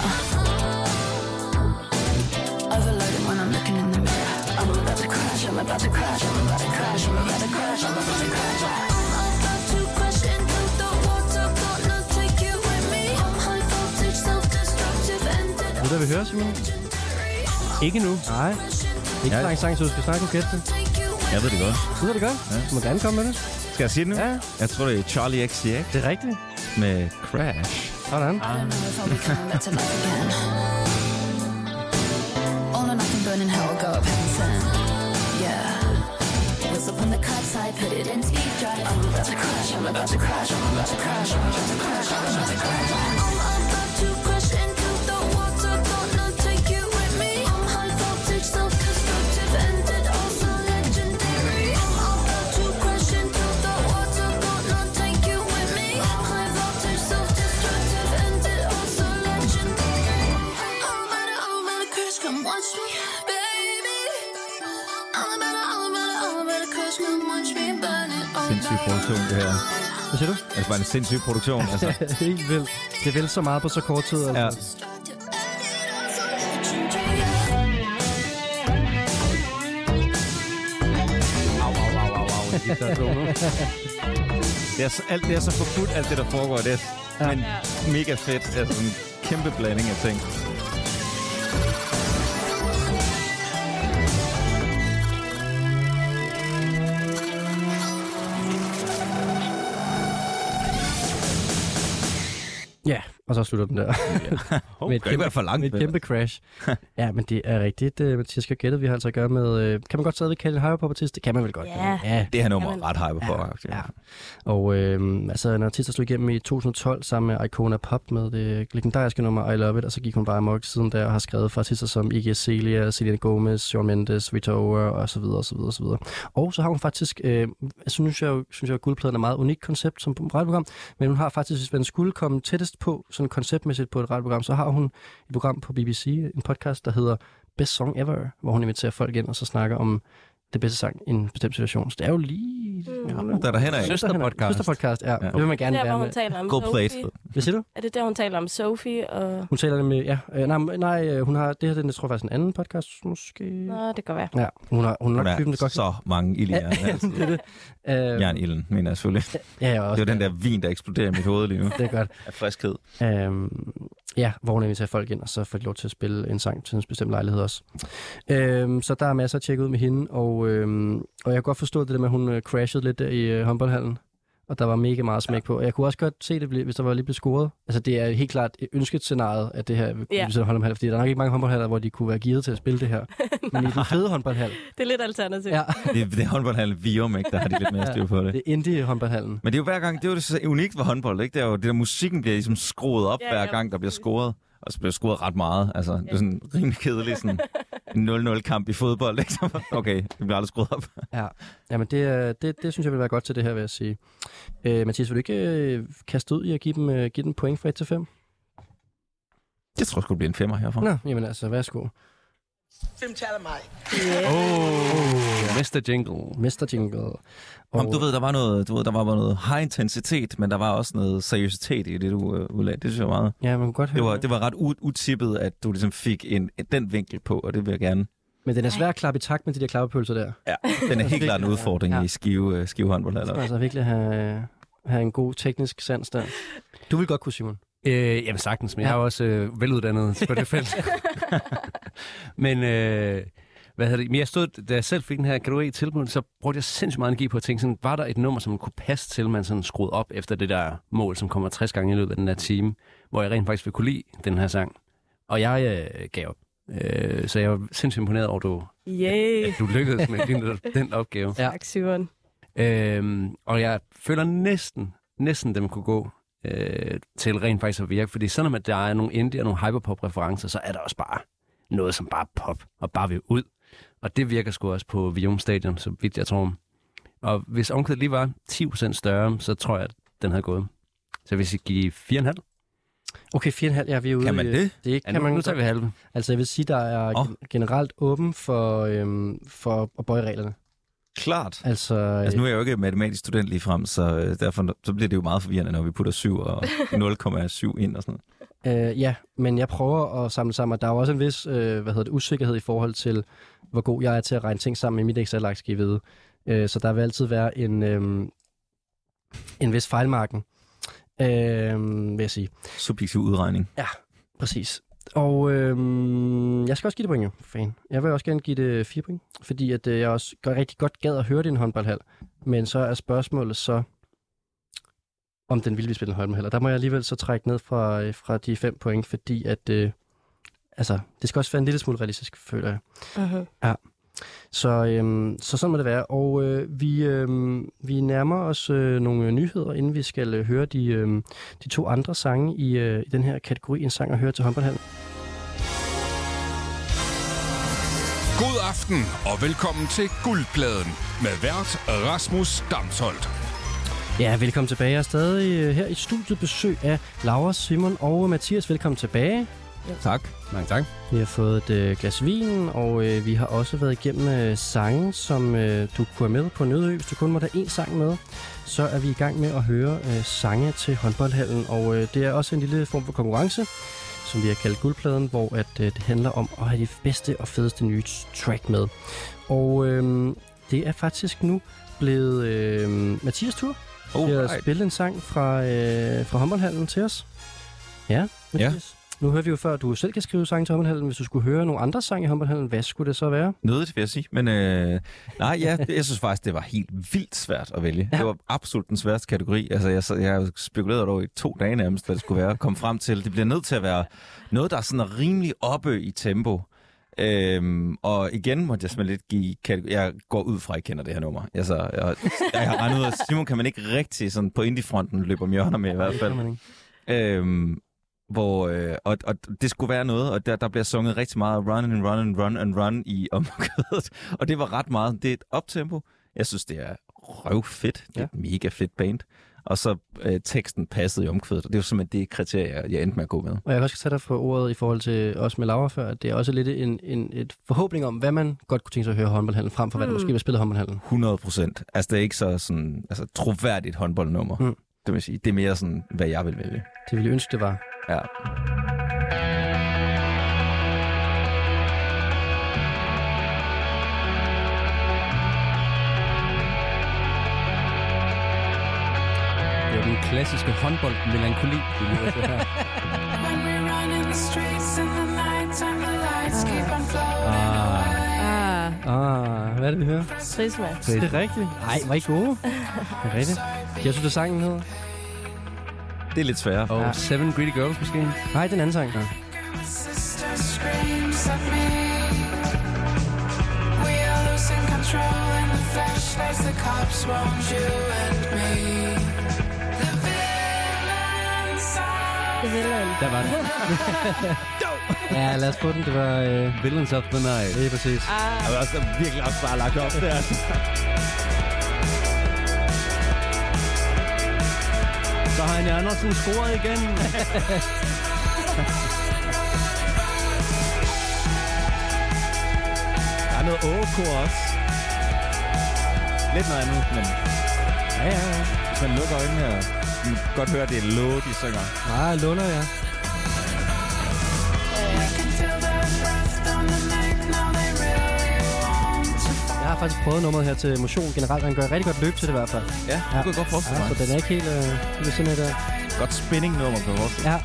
Overloaded when I'm looking in the mirror. I'm about to crash, I'm about to crash, I'm about to crash, I'm about to crash, I'm about to crash. I'm about to crash into the water, gonna take you with me. I'm high voltage, self-destructive, and it Nu der vil høre, Simon. Ikke nu. Nej. Ikke så lang sang, så du skal snakke om gæsten. Jeg ved det godt. Du ved det godt? Ja. Du må gerne komme med det. Skal jeg sige det nu? Ja. Jeg tror, det er Charlie XCX Det er rigtigt. med Crash. Sådan. I don't know if I'll be coming back to life again. All or nothing, burning hell, go up heaven sent. Yeah. Was up on the cut side, put it in speed drive. I'm about to crash, I'm about to crash, I'm about to crash, I'm about to crash, I'm about to crash. I'm about to crash into the water, gonna take you with me. I'm high voltage, self-destructive, and it also legendary. I'm about to crash into the water, gonna take you with me. I'm high voltage, self-destructive, and it also legendary. I'm about to crash, come watch me, baby. I'm about to crash, come watch me burn it all Sindssyg produktion, det her. Hvad siger du? Altså, bare en sindssyg produktion. Altså. Helt vildt. Det vil så meget på så kort tid. Altså. Ja. Det er så forbudt, alt det, der foregår. Det er men mega fedt. Altså en kæmpe blanding af ting. Ja, og så slutter den der. Med det være for langt. Med et kæmpe crash. Ja, men det er rigtigt, Mathias gættet. Vi har altså at gøre med... kan man godt stadigvæk kalde en hyperpop-artist? Det kan man vel godt. Ja. Det her nummer ret hyper på. Ja. Og altså, en artist, der slog igennem i 2012 sammen med Icona Pop med det legendariske nummer I Love It, og så gik hun bare amok siden der og har skrevet for artister som Iggy Azalea, Selena Gomez, Shawn Mendes, Rita Ora og så videre, og så videre, og så videre. Og så har hun faktisk, synes jeg, at Guldpladen er et meget unikt koncept som radioprogram, men hun har faktisk, hvis man skulle komme tættest på sådan konceptmæssigt på et radioprogram, så har hun et program på BBC, en podcast, der hedder Best Song Ever, hvor hun inviterer folk ind og så snakker om det bedste sang i en bestemt situation. Så det er jo lige... Der er der henad. Søsterpodcast, ja. Det vil man gerne der, være hvor hun med. taler om Gold plate. Sophie. Hvad siger du? Er det der, hun taler om Sophie? Og... Hun taler nemlig, ja. Nej, hun har... Det her, jeg tror faktisk en anden podcast, måske. Nå, det kan være. Ja, hun har nok typen, det godt. Så mange ild i hjernen. Det er det. Jernilden, mener jeg selvfølgelig. Ja, også. Det er den der vin, der eksploderer i mit hoved lige nu. Det er godt. Af friskhed. Ja, hvor hun inviterer folk ind, og så får de lov til at spille en sang til en bestemt lejlighed også. Så der er masser at tjekke ud med hende, og jeg kan godt forstå det der med, at hun crashede lidt der i håndboldhallen, og der var mega meget smæk på. Og jeg kunne også godt se det, hvis der var lige blevet scoret. Altså, det er helt klart et ønsket scenarie, at det her håndboldhal, fordi der er nok ikke mange håndboldhaller, hvor de kunne være gearet til at spille det her. Men i den fede håndboldhal. Det er lidt alternativt. Ja. Det er håndboldhallen Virum, ikke? Der har de lidt mere styr på det. Det er indie-håndboldhallen. Men det er jo hver gang, det er jo så unikt ved håndbold, ikke? Det er jo det der musikken bliver ligesom skruet op hver gang, der bliver scoret. Og så bliver scoret ret meget. Altså, det er sådan rimelig kedeligt, sådan en 0-0-kamp i fodbold, ikke? Okay, det bliver aldrig skruet op. Ja, men det synes jeg vil være godt til det her, vil jeg sige. Mathias, vil du ikke kaste ud i at give dem point fra 1 til 5? Jeg tror sgu, det bliver en 5'er herfra. Nå, jamen altså, værsgo. 5 taler mig. Mr. Jingle. Mr. Jingle. Om du ved, der var noget high intensitet, men der var også noget seriøsitet i det, du udlagde. Det synes jeg meget. Ja, man kan godt høre. Det var ret utippet, at du ligesom fik den vinkel på, og det vil jeg gerne. Men den er svær at klappe i takt med de der klappepølser der. Ja, den er helt klart en udfordring i skivehåndbold. Det skal altså virkelig have en god teknisk sans der. Du vil godt kunne, Simon. Jamen sagtens, men jeg er også veluddannet på det felt. Men jeg stod, da jeg selv fik den her kategori tilbud, så brugte jeg sindssygt meget energi på at tænke sådan, var der et nummer, som kunne passe til, man sådan skruede op efter det der mål, som kommer 60 gange i løbet af den der time, hvor jeg rent faktisk ville kunne lide den her sang. Og jeg gav op. Så jeg var sindssygt imponeret over, at du lykkedes med den opgave. Ja. Tak, Simon. Og jeg føler næsten dem kunne gå til rent faktisk at virke, fordi selvom at der er nogle indie og nogle hyperpop-referencer, så er der også bare noget, som bare pop og bare vil ud. Og det virker sgu også på Vium Stadion, så vidt jeg tror. Og hvis omkvædet lige var 10% større, så tror jeg, at den havde gået. Så hvis I giver 4,5? Okay, 4,5, ja, vi er ude. Kan man det? Det kan man. Nu tager vi halve. Altså, jeg vil sige, der er generelt åben for at bøje reglerne. Klart. Altså, nu er jeg jo ikke matematisk student lige frem, så derfor så bliver det jo meget forvirrende, når vi putter 7 og 0,7 ind og sådan noget. Ja, men jeg prøver at samle sammen, og der er jo også en vis usikkerhed i forhold til, hvor god jeg er til at regne ting sammen med mit Excel-ark, skal I vide. Så der vil altid være en vis fejlmarken, vil jeg sige. Subjektiv udregning. Ja, præcis. Og jeg skal også give det point, jo. Fan. Jeg vil også gerne give det 4 point, fordi at, jeg også rigtig godt gad at høre det i en håndboldhal. Men så er spørgsmålet så, om den ville vi spille en håndboldhal. Og der må jeg alligevel så trække ned fra de 5 point, fordi at det skal også være en lille smule realistisk, føler jeg. Uh-huh. Ja. Så sådan må det være. Og vi nærmer os nogle nyheder, inden vi skal høre de 2 andre sange i den her kategori, en sang at høre til håndboldhallen. God aften og velkommen til Guldpladen med vært Rasmus Damsholdt. Ja, velkommen tilbage. Jeg er stadig her i studiet besøg af Laura, Simon og Mathias. Velkommen tilbage. Ja. Tak. Mange tak. Vi har fået et glas vin, og vi har også været igennem sange, som du kunne have med på Nødø. Hvis du kun måtte have 1 sang med, så er vi i gang med at høre sange til håndboldhallen. Og det er også en lille form for konkurrence, som vi har kaldt Guldpladen, hvor det handler om at have de bedste og fedeste nye track med. Og det er faktisk nu blevet Mathias' tur. Vi har spillet en sang fra håndboldhallen til os. Ja, Mathias. Ja. Nu hørte vi jo før, at du selv kan skrive sange til håndboldhallen. Hvis du skulle høre nogle andre sange i håndboldhallen, hvad skulle det så være? Noget, vil jeg sige. Men jeg synes faktisk, det var helt vildt svært at vælge. Ja. Det var absolut den sværeste kategori. Altså, jeg har spekuleret over i 2 dage nærmest, hvad det skulle være at komme frem til. Det bliver nødt til at være noget, der er sådan rimelig oppe i tempo. Og igen måtte jeg simpelthen lidt give kategori. Jeg går ud fra, at jeg kender det her nummer. Altså, jeg har regnet ud af, Simon kan man ikke rigtig sådan på indie-fronten løbe om hjørner med i hvert fald. Og det skulle være noget, og der bliver sunget rigtig meget run and run and run and run i omkvædet, og det var ret meget. Det er et optempo. Jeg synes, det er røvfedt. Det er et mega fedt band. Og så teksten passede i omkvædet, og det var simpelthen det kriterie, jeg endte med at gå med. Og jeg kan også sætte dig for ordet i forhold til os med Laura før, at det er også lidt et forhåbning om, hvad man godt kunne tænke sig at høre håndboldhallen, frem for hvad der måske vil spille håndboldhallen. 100%. Altså, det er ikke så sådan, troværdigt håndboldnummer. Det vil sige. Det er mere sådan, hvad jeg vil vælge. Det ville jeg ønske, det var. Ja. Det er den klassiske håndboldmelankoli, vi lyder til her. Hvad er det, vi hører? Prisma. Det er rigtigt. Nej, var I gode? Det er rigtigt. Jeg synes, det sangen hedder. Det er lidt sværere. Og 7 Greedy Girls måske? Nej, den anden sang. Ja. Der var det. Ja, lad os få den. Det var Villains of the Night. Det er præcis. Jeg var også virkelig også bare lagt op der. Så har Heine Andersen scoret igen. Der er noget åkor også. Lidt noget andet, men... Ja. Hvis man lukker øjnene her, kan man godt høre, at det er Lå, de synger. Nej, Lunder, ja. Jeg har faktisk prøvet nummeret her til motion generelt, og han gør rigtig godt løb til det i hvert fald. Ja, det kunne jeg godt forestille mig. Så den er ikke helt ved sådan et... Godt spinning-nummer på vores. Ja.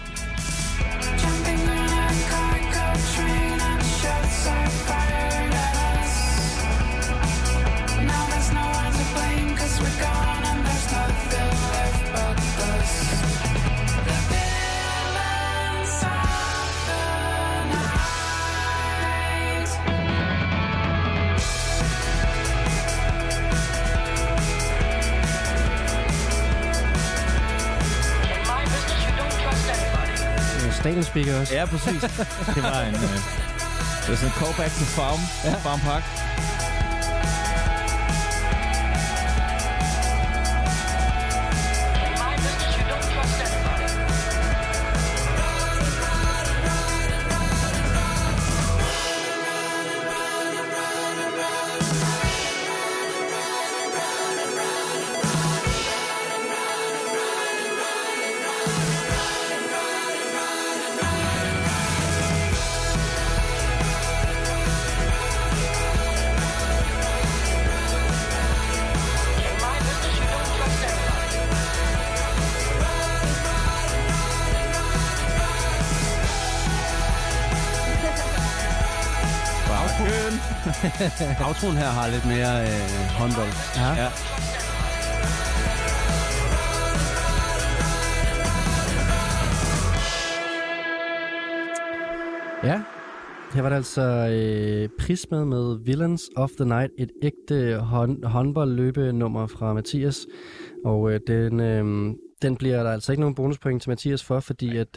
Stadion Speaker også. Ja, præcis. Det var en... det var sådan en callback til Farm Park. Outroen her har lidt mere håndbold. Ja. Ja, her var det altså Prisma med Villains of the Night, et ægte håndboldløbenummer fra Mathias. Og den bliver der altså ikke nogen bonuspoint til Mathias for, fordi at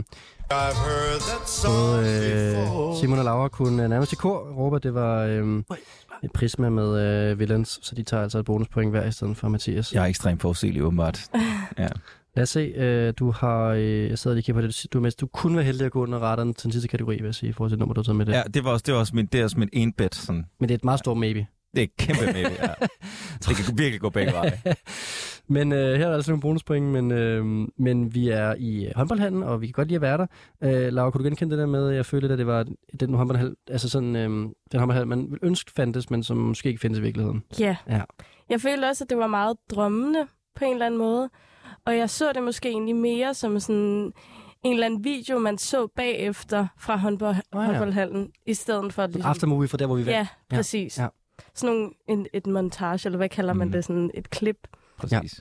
både Simon og Laura kunne nærmest i kor råbe, at det var et Prisma med Villains, så de tager altså et bonuspoint hver i stedet for Mathias. Jeg er ekstremt forudsigelig, åbenbart. Ja. Lad os se, du har, jeg sidder lige på det, du kunne være heldig at gå under radaren til den sidste kategori, vil jeg sige, i forhold til det nummer, du har taget med det. Ja, det er også min en bet. Sådan. Men det er et meget stort maybe. Det er et kæmpe maybe, ja. Det kan virkelig gå begge veje. Men her er altså nogle bonuspoint, men vi er i håndboldhallen, og vi kan godt lide at være der. Laura, kunne du genkende det der med, jeg følte, at det var den håndboldhal, altså sådan den håndboldhal, man ville ønske fandtes, men som måske ikke findes i virkeligheden. Ja. Jeg følte også, at det var meget drømmende på en eller anden måde. Og jeg så det måske egentlig mere som sådan en eller anden video, man så bagefter fra håndboldhallen, i stedet for... Ligesom, aftermovie fra der, hvor vi var. Ja, præcis. Ja. Sådan et montage, eller hvad kalder man det? Sådan et klip. Præcis.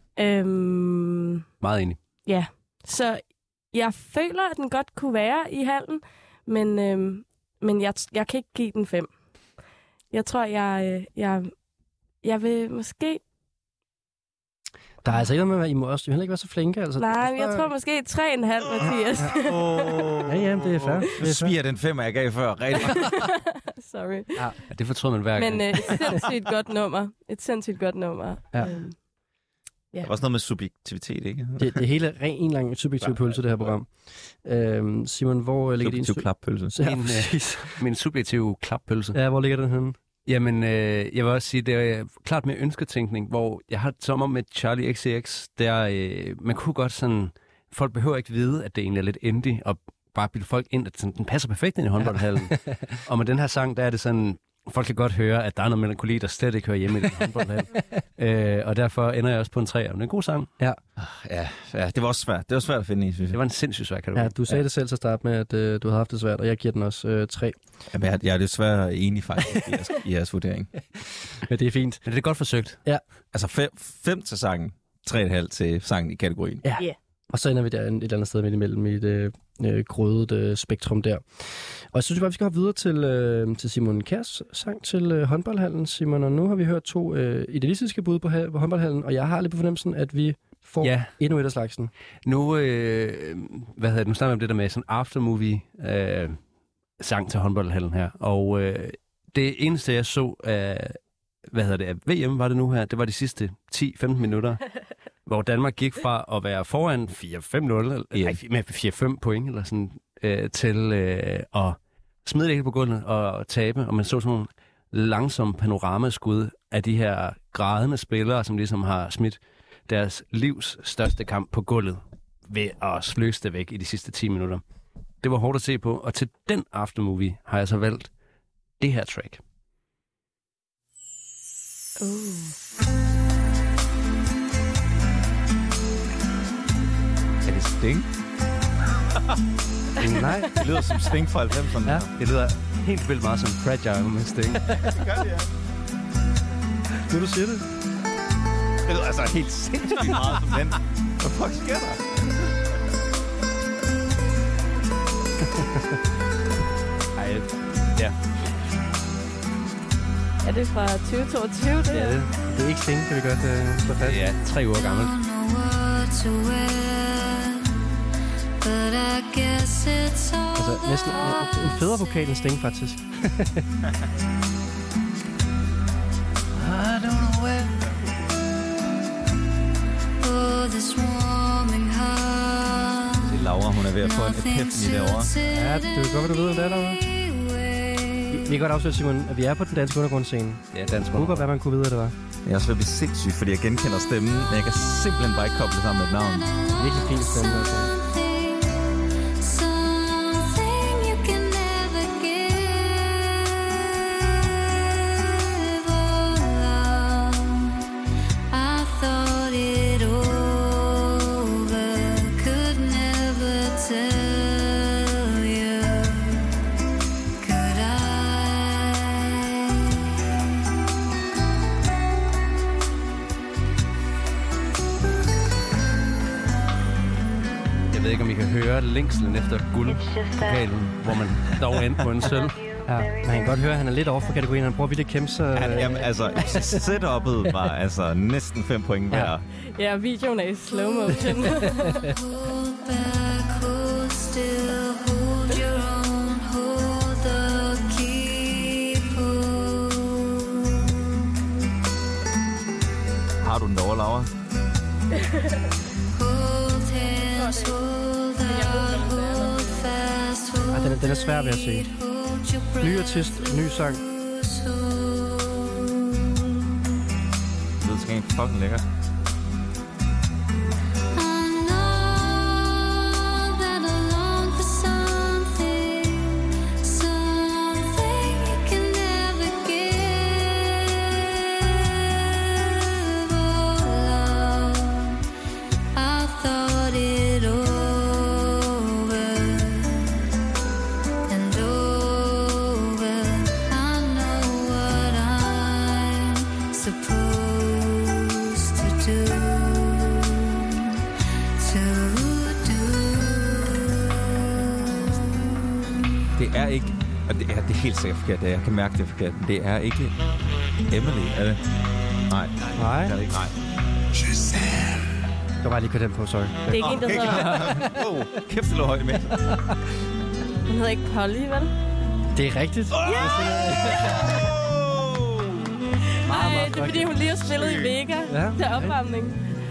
Meget enig. Ja, så jeg føler, at den godt kunne være i hallen, men jeg kan ikke give den 5. Jeg tror, jeg vil måske... Der er altså ikke noget med, at I må også heller ikke være så flinke. Altså, nej, jeg tror måske 3,5, Mathias. Ja, det er fair. Det sviger den 5, jeg gav før. Sorry. Ja, det fortrød man hver gang. Men et sindssygt godt nummer. Ja. Der var også noget med subjektivitet, ikke? Det hele er en lang subjektiv pølse, det her program. Simon, hvor ligger din... Subjektiv klappølse. Min subjektive klappølse. Ja, hvor ligger den henne? Jamen, jeg vil også sige, det er klart med ønsketænkning, hvor jeg har sommer med Charlie XCX, der man kunne godt sådan... Folk behøver ikke vide, at det egentlig er lidt indie, og bare bilde folk ind, at sådan, den passer perfekt ind i håndboldhallen. Og med den her sang, der er det sådan... Folk kan godt høre, at der er noget melankoli, der slet ikke hører hjemme i den håndboldhal. Og derfor ender jeg også på en 3. Det er en god sang. Ja, det var også svært. Det var svært at finde i, synes jeg. Det var en sindssygt svær kategori. Ja, du sagde det selv til at starte med, at du havde haft det svært, og jeg giver den også 3. Jamen, jeg er desværre enig faktisk i jeres vurdering. Men det er fint. Men det er godt forsøgt. Ja. Altså 5 til sangen, 3,5 til sangen i kategorien. Ja. Yeah. Og så ender vi der et eller andet sted midt imellem i det grødet spektrum der. Og jeg synes bare, vi skal hoppe videre til Simon Kjærs sang til håndboldhallen, Simon. Og nu har vi hørt 2 idealistiske bud på håndboldhallen, og jeg har lidt på fornemmelsen, at vi får endnu et af slagsen. Nu, nu snakker vi om det der med sådan aftermovie sang til håndboldhallen her. Og det eneste, jeg så af VM var det nu her, det var de sidste 10-15 minutter, hvor Danmark gik fra at være foran 4-5-0, med 4-5 point, eller sådan, til at smide det hele på gulvet og tabe. Og man så sådan nogle langsomme panoramaskud af de her grædende spillere, som ligesom har smidt deres livs største kamp på gulvet ved at sløse det væk i de sidste 10 minutter. Det var hårdt at se på, og til den aftermovie har jeg så valgt det her track. Er det Sting? Nej. Det lyder som Sting fra 90'erne. Ja, det lyder helt vildt meget som Fragile med Sting. Det gør det, ja. Nu du siger det. Det lyder altså helt sindssygt meget som den. Hvad fuck sker der? Ej, ja. Er det fra 2022, det her? Ja, det er ikke Sting, kan vi godt slå fast. Det er 3 uger gammelt. But I guess Altså næsten en federe vokal end Sting, faktisk. Det er Laura, hun er ved at få en epiphany derovre. Ja, det er godt, hvad du ved om det, eller hvad? Vi kan godt afsløre, Simon, at vi er på den danske undergrundscene. Ja, dansk Det kunne godt være, man kunne vide, at det var. Jeg er også ved at blive sindssyg, fordi jeg genkender stemmen, men jeg kan simpelthen bare ikke koble sammen med et navn. Virkelig fin stemme, altså. Jeg ved ikke, om I kan høre længslen efter guldpokalen, hvor man dog endte på en sølv. Ja, man kan godt høre, at han er lidt over for kategorien. Han prøver virkelig at kæmpe sig. Jamen, altså, setup'et var altså næsten 5 point hver. Ja, videoen er i slow motion. Har du den derovre, Laura? Den er svær ved at se. Ny artist, ny sang. Det er skægt fucking lækkert. Det er ikke, og det er helt sikkert forkert, jeg kan mærke det er forkert, men det er ikke Emily, er det? Nej. Nej. Det er det ikke, nej. Jeg kan bare lige køre den på, sorry. Det er ikke en, der hedder... Kæft, det lå højt med. Hun hedder ikke Polly, vel? Det er rigtigt. Nej, det er fordi, hun lige har spillet i Vega. Ja. Til opvarmning.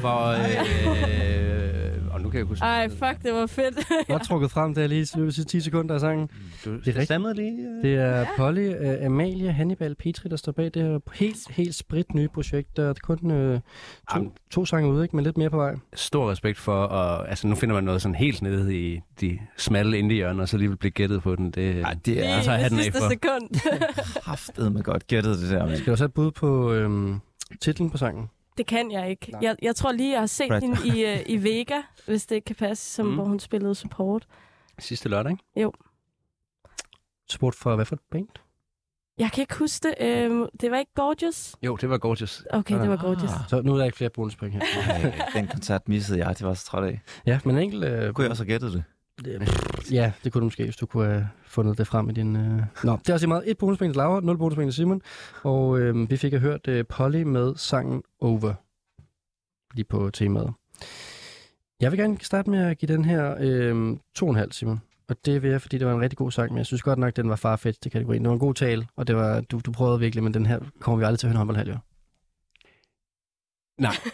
Og nu kan jeg huske... Ej, fuck, det var fedt. Godt trukket frem, det er lige i løbet af 10 sekunder af sangen. Det er stammede lige... Det er Polly, Amalie, Hannibal, Petri, der står bag det her helt sprit nye projekt. Der er kun to sange ude, ikke? Men lidt mere på vej. Stor respekt for, og altså nu finder man noget sådan helt nede i de smalle indie-hjørner, og så alligevel blive gættet på den. Det, ej, det er så det hatten af sidste for. sekund. Haftedeme godt gættet det der. Skal du så et bud på titlen på sangen? Det kan jeg ikke. Jeg tror lige, jeg har set hende i Vega, hvis det ikke kan passe, hvor hun spillede support. Sidste lørdag, ikke? Jo. Support for hvad for et band? Jeg kan ikke huske det. Det var ikke Gorgeous? Jo, det var Gorgeous. Okay, det var Gorgeous. Så nu er der ikke flere bonuspoint her. Den koncert missede jeg, det var så træt af. Ja, men enkelt... Kunne jeg også have gættet det? Ja, det kunne du måske, hvis du kunne have fundet det frem i din... Nå, det er også meget. 1 bonuspoint til Laura, 0 bonuspoint til Simon. Og vi fik hørt Polly med sangen Over. Lige på temaet. Jeg vil gerne starte med at give den her 2,5, Simon. Og det vil jeg, fordi det var en rigtig god sang, men jeg synes godt nok, den var farfetch til kategorien. Det var en god tale, og det var, du prøvede virkelig, men den her kommer vi aldrig til at høre en håndboldhal, jo. Nej.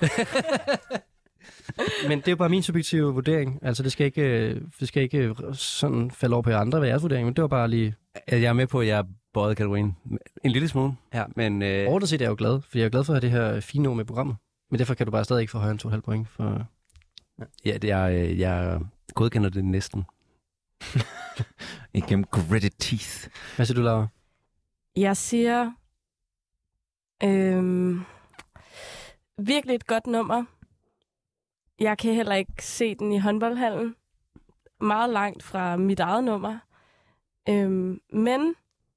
Men det er jo bare min subjektive vurdering. Altså, det skal ikke sådan falde over på andre ved jeres vurdering, men det var bare lige... Jeg er med på, at jeg bøjede kategorien en lille smule. Ja, men... Overordnet set er jeg jo glad, fordi jeg er glad for at have det her fine år med programmet. Men derfor kan du bare stadig ikke få højere end 2,5 point for... Ja, jeg godkender det næsten. Igennem gritted teeth. Hvad siger du, Laura? Jeg siger... virkelig et godt nummer. Jeg kan heller ikke se den i håndboldhallen. Meget langt fra mit eget nummer. Men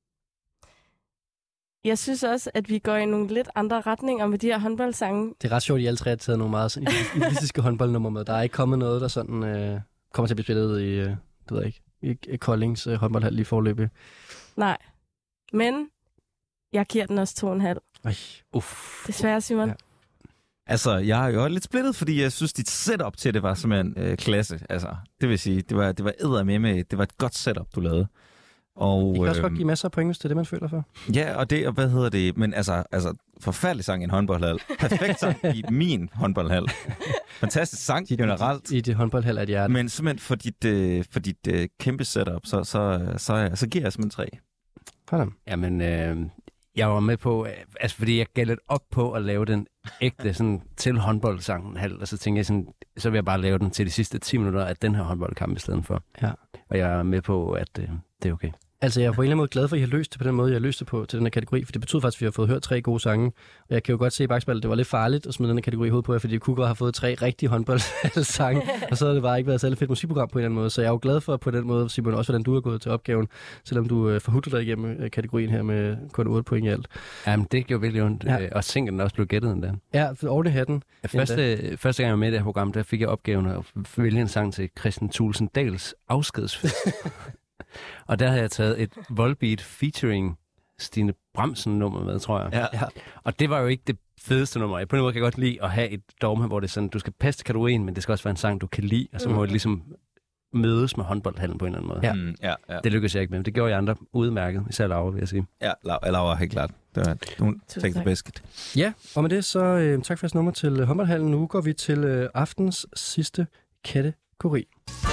jeg synes også, at vi går i nogle lidt andre retninger med de her håndboldsange. Det er ret sjovt, at I alle tre har taget nogle meget idealistiske håndboldnummer med. Der er ikke kommet noget, der sådan kommer til at blive spillet i, det ved jeg ikke, i Koldings håndboldhal lige forløbet. Nej, men jeg giver den også 2,5. Desværre, Simon. Ja. Altså, jeg er jo lidt splittet, fordi jeg synes, dit setup til det var simpelthen klasse. Altså, det vil sige, det var eddermame, det var et godt setup, du lavede. Og, I kan også godt give masser af point, hvis det er det, man føler for. Ja, og men altså forfærdelig sang i en håndboldhal. Perfekt sang i min håndboldhal. Fantastisk sang generelt. I det håndboldhal af hjertet. Men simpelthen for dit kæmpe setup, så giver jeg simpelthen 3. Sådan. Jamen, jeg var med på, altså fordi jeg gav lidt op på at lave den ægte sådan, til håndboldsangen halv, og så tænkte jeg sådan, så vil jeg bare lave den til de sidste 10 minutter af den her håndboldkamp i stedet for. Ja. Og jeg er med på, at det er okay. Altså, jeg er på en eller anden måde glad for, at I har løst det på den måde, jeg har løst det på til den her kategori, for det betyder faktisk, at vi har fået hørt 3 gode sange. Og jeg kan jo godt se i bagspejlet, det var lidt farligt at smide den her kategori i hovedet på jer, fordi jeg kunne godt have fået 3 rigtige håndboldsange, og så havde det bare ikke været et særligt fedt musikprogram på en eller anden måde. Så jeg er jo glad for på den måde, Simon, også hvordan du har gået til opgaven, selvom du forhudler dig igennem kategorien her med kun 8 point i alt. Jamen, det gjorde virkelig ondt, og singlen også blev gættet endda. Ja, oven i hatten. Første gang jeg var med i det her program, der fik jeg opgaven at vælge en sang til Christian Thulesen Dahls afskedsfest. Og der havde jeg taget et Volbeat featuring Stine Bramsen-nummer med, tror jeg. Ja. Og det var jo ikke det fedeste nummer. På en måde kan jeg godt lide at have et dogme, hvor det er sådan, du skal passe til kategorien, men det skal også være en sang, du kan lide. Og så må det ligesom mødes med håndboldhallen på en eller anden måde. Ja. Det lykkedes jeg ikke med, men det gjorde jeg andre udmærket. Især Laura, vil jeg sige. Ja, Laura helt klart. Det var hun tænkte det bedst. Ja, og med det så tak for jeres nummer til håndboldhallen. Nu går vi til aftens sidste kategori.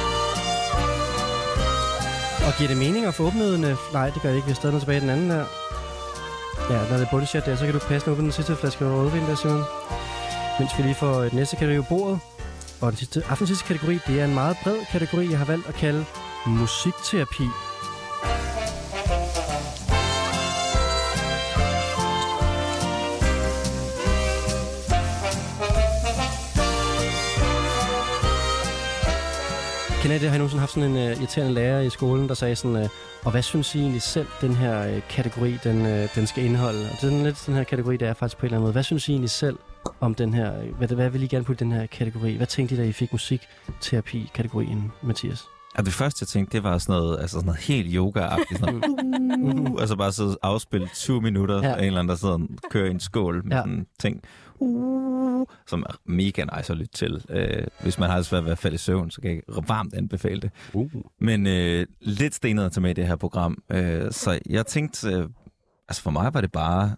Og giver det mening at få åbnet? Nej, det gør det ikke. Vi er stadig tilbage i den anden her. Ja, når det er body shot der, så kan du passe åbne den sidste flaske rødvin der, Simon. Mens vi lige får den næste kategori på bordet. Og den aftens sidste kategori, det er en meget bred kategori, jeg har valgt at kalde musikterapi. Kender I det? Har I nogensinde haft sådan en irriterende lærer i skolen, der sagde sådan, og hvad synes I egentlig selv, den her kategori, den skal indeholde? Og det er lidt den her kategori, der er faktisk på en eller anden måde. Hvad synes I egentlig selv om den her, hvad vil I gerne putte den her kategori? Hvad tænkte I, da I fik musikterapi-kategorien, Mathias? Ja, det første, jeg tænkte, det var sådan noget helt yoga-agtigt. Sådan altså bare sidde og afspille 20 minutter, af en eller anden, der sidder og kører i en skål med sådan ting. Som er mega nice at lytte til. Hvis man har svært ved at falde i søvn, så kan jeg varmt anbefale det. Men lidt stenet at tage med i det her program. Så jeg tænkte, altså for mig var det bare,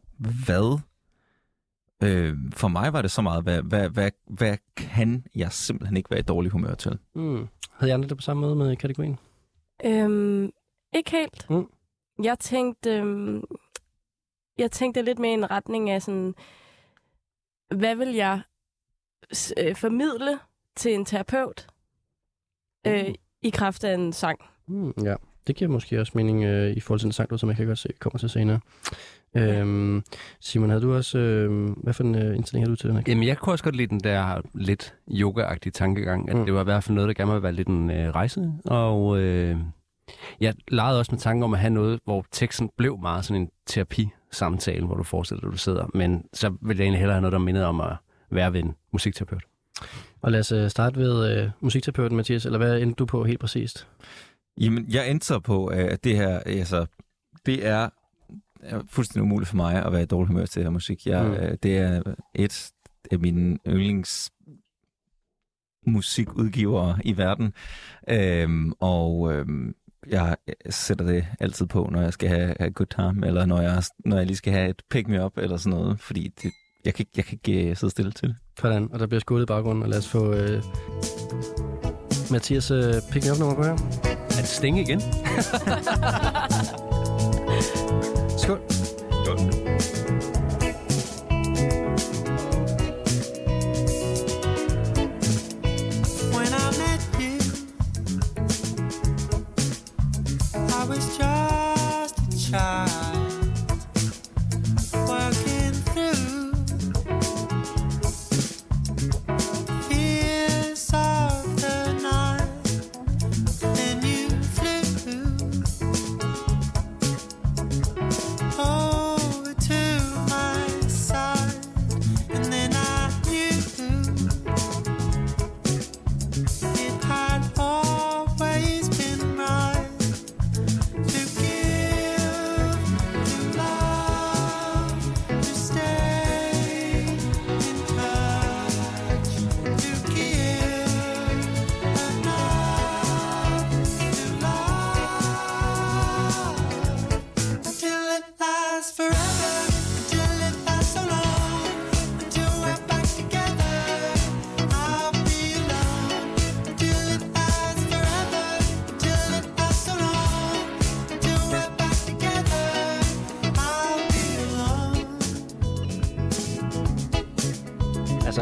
for mig var det så meget, hvad kan jeg simpelthen ikke være i dårlig humør til? Havde I andre det på samme måde med kategorien? Ikke helt. Jeg tænkte lidt mere i en retning af sådan, hvad vil jeg formidle til en terapeut i kraft af en sang? Ja, det giver måske også mening i forhold til en sang, som jeg kan godt se kommer til senere. Simon, havde du også... hvad for en indstilling havde du til den her? Jamen, jeg kunne også godt lide den der lidt yoga-agtige tankegang, at det var i hvert fald noget, der gerne må være lidt en rejse. Og jeg legede også med tanken om at have noget, hvor teksten blev meget sådan en terapi-samtale, hvor du forestiller dig, du sidder. Men så ville jeg egentlig hellere have noget, der mindede om at være ved en musikterapeut. Og lad os starte ved musikterapeuten, Mathias. Eller hvad endte du på helt præcist? Jamen, jeg endte så på, at det her... Altså, det er fuldstændig umuligt for mig at være i dårlig humør til det her musik. Det er et af mine yndlingsmusikudgivere i verden. Jeg sætter det altid på, når jeg skal have good time, eller når jeg lige skal have et pick me up, eller sådan noget, fordi jeg kan ikke sidde stille til det. Sådan, og der bliver skålet i baggrunden, og lad os få Mathias pick me up nummer på her. Er det Sting igen? Skål. Skål.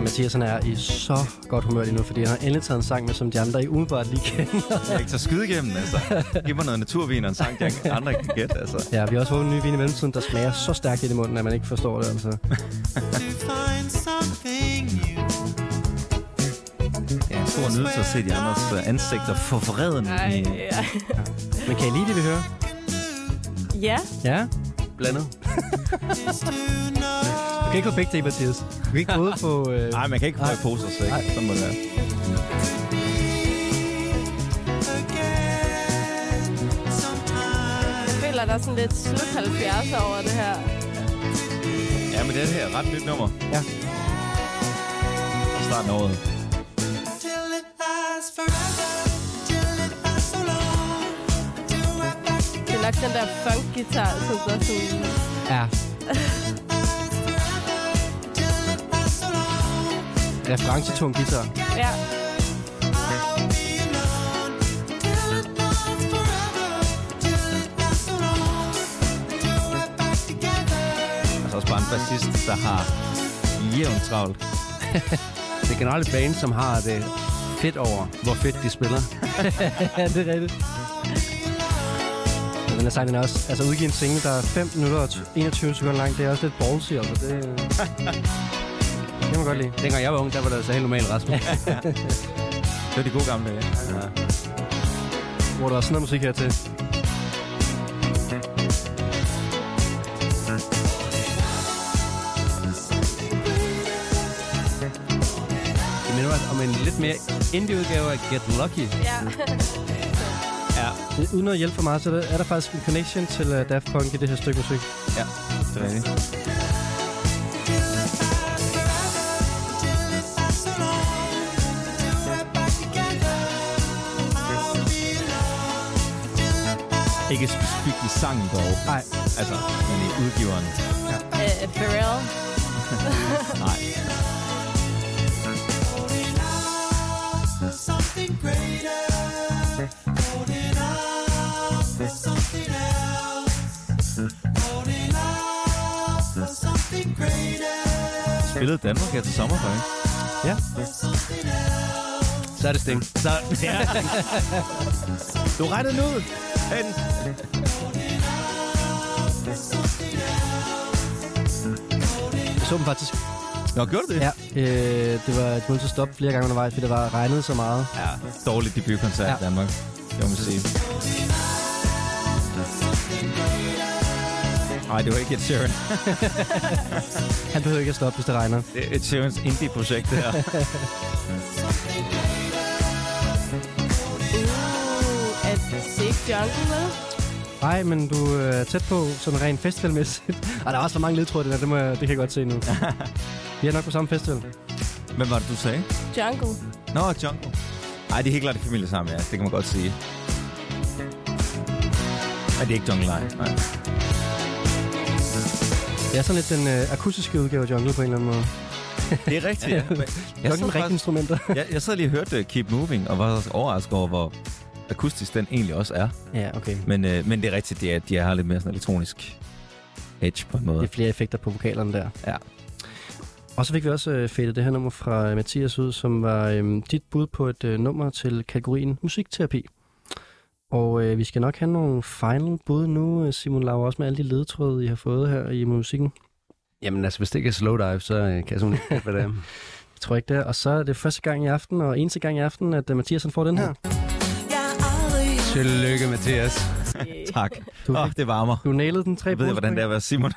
Altså, Mathias han er i så godt humør lige nu, fordi han har endelig taget en sang med, som de andre ikke umiddelbart lige kender. Jeg er ikke så skyde igennem, altså. Giv mig noget naturvin og en sang, jeg andre ikke kan gætte, altså. Ja, vi har også fået en ny vin i mellemtiden, der smager så stærkt i munden, at man ikke forstår det, altså. Det er en stor nydelse at se de andres ansigter få vreden. Ja. Men kan I lide det, vi hører? Ja. Ja? Blandet. Du kan ikke få begge dage, Mathias. Du kan ikke både få... Nej, man kan ikke få i poser, så ikke. Sådan må det være. Jeg føler, der er sådan lidt slut 70'er over det her. Ja, men det her er ret nyt nummer. Ja. Starten af året. Det er nok den der funk-guitar, som der sådan... Ja. Referencetung guitar. Ja. Altså også bare en bassist, der har jævnt travlt. Det er generelt et band, som har det fedt over, hvor fedt de spiller. Ja, det er rigtigt. Og den her sang, den er også... Altså, udgive en single, der er 5 minutter og 21 sekunder lang. Det er også lidt ballsy, altså. Det kan man godt lide. Dengang jeg var ung, der var det altså helt normalt, Rasmus. Det var de gode gamle dage. Ja. Hvor der var sådan noget musik her til. Det minder mig om en lidt mere indie-udgave af Get Lucky. Ja. Ja. Uden at hjælpe for meget, så er der faktisk en connection til Daft Punk i det her stykke musik. Ja, det er rigtigt. Ikke specifikt i sangen dog. Nej. Altså, men i udgiveren. Ja. Pharrell. Nej. Spillede Danmark her til sommer, faktisk. Ja. Så er det Sting. Så, ja. Du rettede den ud. Jeg så dem faktisk. Nå, gjorde du det? Ja. Det var et nødt til at stoppe flere gange undervejs, fordi det var regnet så meget. Ja, dårlig debutkoncert i Danmark. Det må man sige. Nej, det var ikke Ed Sheeran. Han behøver ikke at stoppe, hvis det regner. Det er Ed Sheerans indie-projekt, det her. Er det ikke Jungle med? Nej, men du er tæt på sådan rent festivalmæssigt. Og der er også for mange ledtråde, det kan jeg godt se nu. Vi er nok på samme festival. Hvem var det, du sagde? Jungle. Nå, Jungle. Nej, det er helt klart i familie sammen, ja. Det kan man godt sige. Nej, det er ikke Jungle Live. Nej. Det er sådan lidt den akustiske udgave af Jungle på en eller anden måde. Det er rigtigt, ja. Det er ikke rigtige instrumenter. Jeg sad lige og hørte Keep Moving, og var overrasket over, hvor akustisk den egentlig også er. Ja, okay. Men det er rigtigt, de har lidt mere sådan elektronisk edge på en måde. Det er flere effekter på vokalerne der. Ja. Og så fik vi også fadet det her nummer fra Mathias ud, som var dit bud på et nummer til kategorien musikterapi. Og vi skal nok have nogle final bud nu, Simon Lauer, også med alle de ledtråde, I har fået her i musikken. Jamen altså, hvis det ikke er Slowdive, så kan jeg sådan ikke hvad det er. Jeg tror ikke det. Og så er det første gang i aften, og eneste gang i aften, at Mathias får den her. Tillykke, Mathias. Tak. Det varmer. Du nailede den 3 Jeg ved, hvordan det er at være Simon.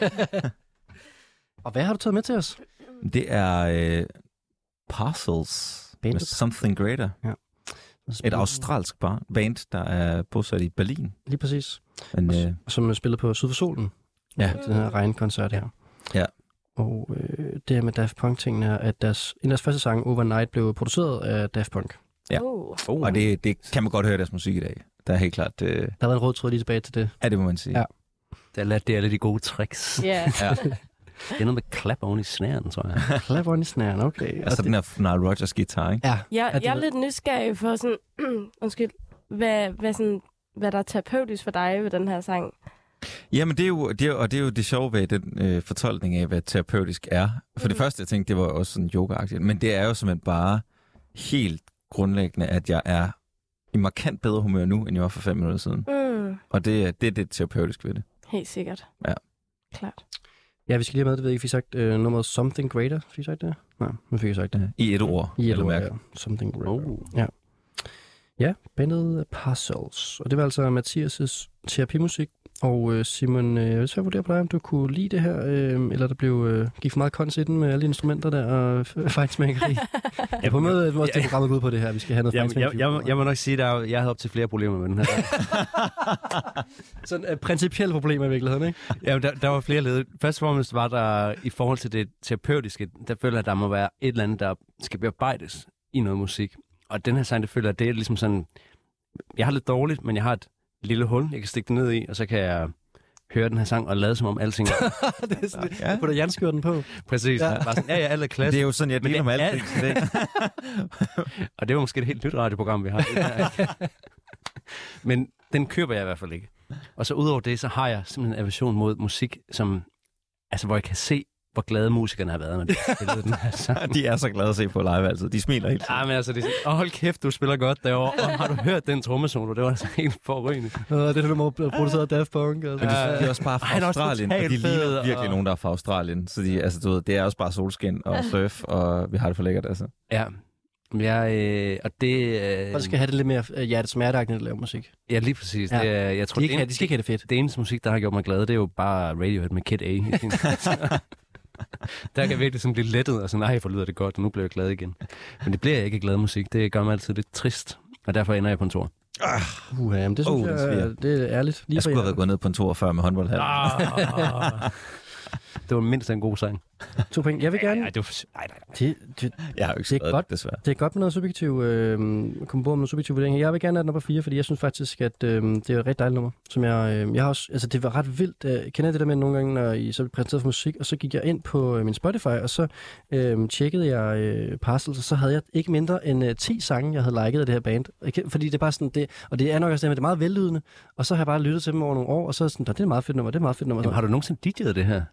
Og hvad har du taget med til os? Det er Parcels med Something Greater. Ja. Et australsk band, der er bosat i Berlin. Lige præcis. Men, som spillede på Syd for Solen. Ja. Den her regnkoncert her. Ja. Og det her med Daft Punk-tingene er, at en af deres første sange, Overnight, blev produceret af Daft Punk. Ja, og det kan man godt høre deres musik i dag. Der er helt klart... Der har været en rød tråd lige tilbage til det. Ja, det må man sige. Ja. Det er alle de gode tricks. Yeah. Ja. Det er noget med clap oven i snæren, tror jeg. Clap oven i snæren, okay. Altså den her Nile Rodgers guitar, ikke? Ja. Jeg er lidt nysgerrig for sådan... undskyld. Hvad der er terapeutisk for dig ved den her sang? Jamen, det er jo det sjove ved den fortolkning af, hvad terapeutisk er. For det første, jeg tænkte, det var også sådan yoga-agtigt, men det er jo simpelthen bare helt grundlæggende, at jeg er i markant bedre humør nu, end jeg var for 5 minutter siden. Og det er det terapeutisk ved det. Helt sikkert. Ja. Klart. Ja, vi skal lige have med, det ved jeg ikke, fik sagt nummeret Something Greater. Fik I sagt det? Nej, nu fik jeg sagt det. I et ord. I et ord, ja. Something Greater. Ja. Ja, bandet Parcels. Og det var altså Mathias' terapimusik. Og Simon, jeg vil så vurdere på dig, om du kunne lide det her, eller der gik for meget kons i den med alle de instrumenter der og fejnsmækkeri. Ja, på en måde også det programmet går ud på det her. Vi skal have noget fejnsmækkeri. Jeg må nok sige, at jeg havde op til flere problemer med den her. Sådan principielle problemer i virkeligheden, ikke? Ja, der var flere led. Først og fremmest var der, i forhold til det terapeutiske, der føler jeg, at der må være et eller andet, der skal bearbejdes i noget musik. Og den her sang, det føler jeg, det er ligesom sådan, jeg har lidt dårligt, men jeg har et lille hul, jeg kan stikke det ned i, og så kan jeg høre den her sang og lade som om alting det er sådan, ja. Du putter jernskørten på. Præcis. Ja. Bare sådan, alt er klasse. Det er jo sådan, jeg deler med alting. Og det var måske et helt nyt radioprogram, vi har. Men den køber jeg i hvert fald ikke. Og så udover det, så har jeg simpelthen en aversion mod musik, som, altså, hvor jeg kan se, hvor glade musikerne har været, når de har spillet den her sang. De er så glade at se på live, altså. De smiler helt. Ja, men altså, de siger, hold kæft, du spiller godt derovre. Og har du hørt den trommesolo? Det var altså helt forrygende. Det er det, du produceret af Daft Punk. Altså. Men de er også bare fra Australien, og de ligner virkelig nogen, der er fra Australien. Så de, altså, du ved, det er også bare solskin og surf, og vi har det for lækkert, altså. Ja. Og det... Og skal have det lidt mere hjertesmerteagtigt at lave musik. Ja, lige præcis. Ja. Det, jeg tror, de skal ikke have det fedt. Det eneste musik, der har gjort mig glad, det er jo bare Radiohead med Kid A. Der kan jeg virkelig sådan blive lettet, og sådan, nej, for lyder det godt, og nu bliver jeg glad igen. Men det bliver jeg ikke glad musik. Det gør mig altid lidt trist, og derfor ender jeg på en tor. Jamen, det synes jeg, det er ærligt. Jeg skulle have gået ned på en tor før med håndboldhallen. Det var mindst en god sang. 2 point. Jeg vil gerne... Nej. Jeg har jo ikke skrevet det, desværre. Det er godt med noget subjektiv, komme på med noget subjektiv vurdering. Jeg vil gerne have den nummer 4, fordi jeg synes faktisk, at det er et rigtig dejligt nummer, som jeg har også... Altså, det var ret vildt. Jeg kender det der med nogle gange, når I så præsenteret for musik, og så gik jeg ind på min Spotify, og så tjekkede jeg Parcels, og så havde jeg ikke mindre end 10 sange, jeg havde liket af det her band. Fordi det er bare sådan... Og det er nok også det, men det er meget vellydende, og så har jeg bare lyttet til dem over nogle år, og så sådan, det er et meget fedt nummer, det er et meget fedt nummer. Jamen, har du nogensinde DJ'et det her?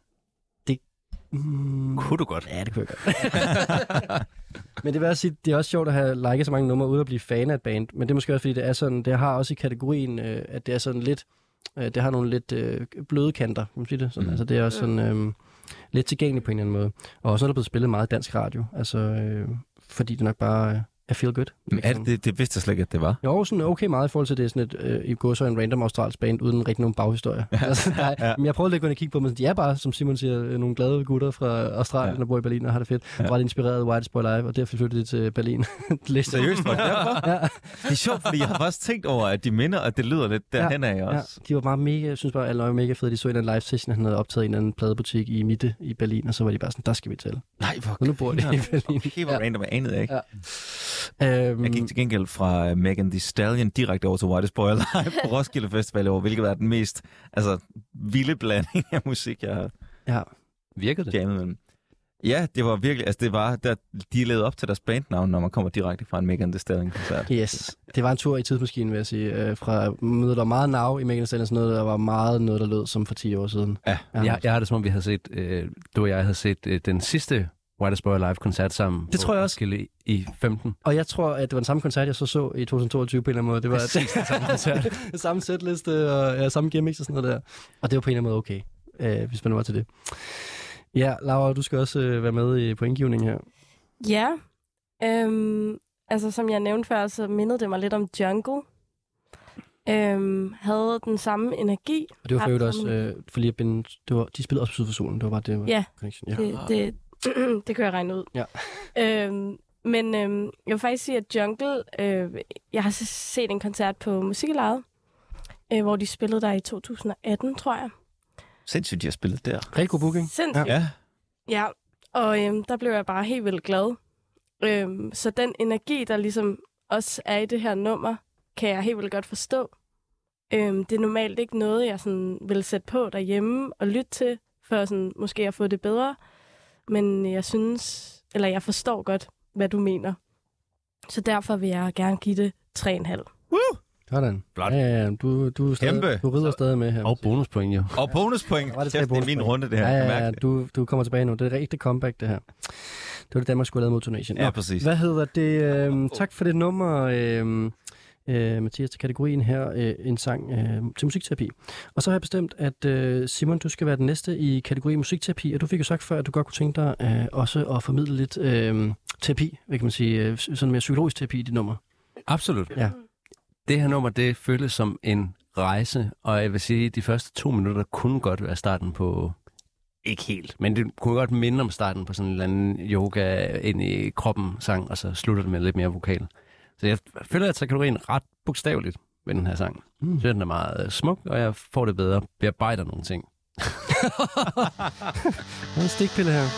Kunne du godt? Ja, det kunne jeg godt. Men det vil også sige, det er også sjovt at have liket så mange numre uden at blive fan af et band. Men det er måske også, fordi det er sådan, det har også i kategorien, at det er sådan lidt, det har nogle lidt bløde kanter, kan man sige det? Sådan, altså det er også sådan lidt tilgængeligt på en eller anden måde. Og også når der er blevet spillet meget dansk radio, altså fordi det nok bare er feel good. Men det vidste jeg slet ikke, at det var. Jo, sådan okay meget i forhold til det, sådan et, i går så en random australsk band, uden rigtig nogen baghistorie. Ja. Altså, men jeg prøvede lidt at gå ind og kigge på dem, de er bare, som Simon siger, nogle glade gutter fra Australien, der bor i Berlin og har det fedt. Ja. Var det inspireret af White Boy Live, og derfor flyttede de til Berlin. Seriøst, var det derfor? Ja. Det er sjovt, fordi jeg har også tænkt over, at de minder, at det lyder lidt derhen af også. Ja. De var bare mega, jeg synes bare, alle var mega fede. De så en eller anden live session, han havde optaget i en anden pladebutik i Mitte i Berlin, og så var de bare sådan, der skal vi til. Nej, hvor nu bor de i Berlin. Okay, hvor random, jeg anede ikke. Ja. Jeg gik til gengæld fra Megan Thee Stallion direkte over til White Boy Live på Roskilde Festival over, hvilket var den mest vilde blanding af musik, jeg har virkede det? Jammet. Ja, det var virkelig, altså det var, de levede op til deres bandnavn, når man kommer direkte fra en Megan Thee Stallion-koncert. Yes, det var en tur i tidsmaskinen, vil jeg sige. Fra mødet, der var meget nav i Megan Thee Stallion, sådan noget, der var meget noget, der lød som for 10 år siden. Ja, jeg har det som om, vi havde set, du og jeg havde set den sidste White Boy Live-koncert sammen. Det tror jeg også. I 15. Og jeg tror, at det var den samme koncert, jeg så i 2022 på en eller anden måde. Det var den samme koncert. Samme setliste og samme gimmicks og sådan noget der. Og det var på en eller anden måde okay, hvis man var til det. Ja, Laura, du skal også være med i pointgivningen her. Ja. Altså, som jeg nævnte før, så mindede det mig lidt om Jungle. Havde den samme energi. Og det var for øvrigt også, for lige at binde, de spillede også på Syd for Solen. Det var bare det. Ja, det kan jeg regne ud. Ja. Men jeg vil faktisk sige, at Jungle, jeg har set en koncert på Musiklejet, hvor de spillede der i 2018, tror jeg. Sindssygt, de har spillet der. Rigtig god booking. Sindssygt. Ja, og der blev jeg bare helt vildt glad. Så den energi, der ligesom også er i det her nummer, kan jeg helt vildt godt forstå. Det er normalt ikke noget, jeg sådan vil sætte på derhjemme og lytte til, for sådan måske at få det bedre. Men jeg forstår godt, hvad du mener. Så derfor vil jeg gerne give det 3,5. Sådan. Blot. Ja, du rider stadig med her. Og bonuspoint, jo. Og bonuspoint. Var det Det er min runde, det her. Ja, du kommer tilbage nu. Det er rigtig comeback, det her. Det var det, Danmark skulle have lavet mod Tunesien. Ja, præcis. Hvad hedder det? Tak for det nummer, Mathias, til kategorien her. En sang til musikterapi. Og så har jeg bestemt, at Simon, du skal være den næste i kategori musikterapi. Og du fik jo sagt før, at du godt kunne tænke dig også at formidle lidt terapi, hvad kan man sige, sådan mere psykologisk terapi i dit nummer. Absolut. Ja. Det her nummer, det føles som en rejse, og jeg vil sige, at de første 2 minutter kunne godt være starten på, ikke helt, men det kunne godt minde om starten på sådan en eller anden yoga ind i kroppen sang, og så slutter det med lidt mere vokal. Så jeg føler, at jeg tager kategorien ret bogstaveligt ved den her sang. Jeg synes, den er meget smuk, og jeg får det bedre, bearbejder nogle ting. Der er en stikpille her.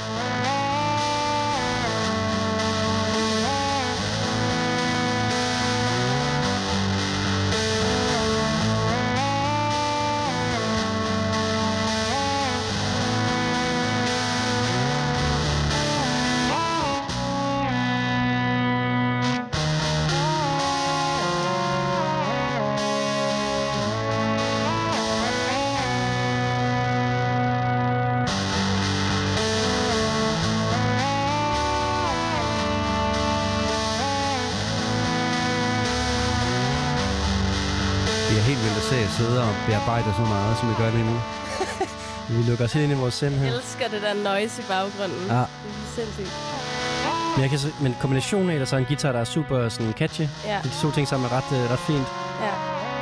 Sidder og bearbejder så meget, som vi gør lige nu. Vi lukker os ind i vores sind her. Jeg elsker det der noise i baggrunden. Ja. Det er sindssygt. Men kombinationen af, at der så er en guitar, der er super sådan catchy. Ja. De 2 ting sammen er ret fint. Ja.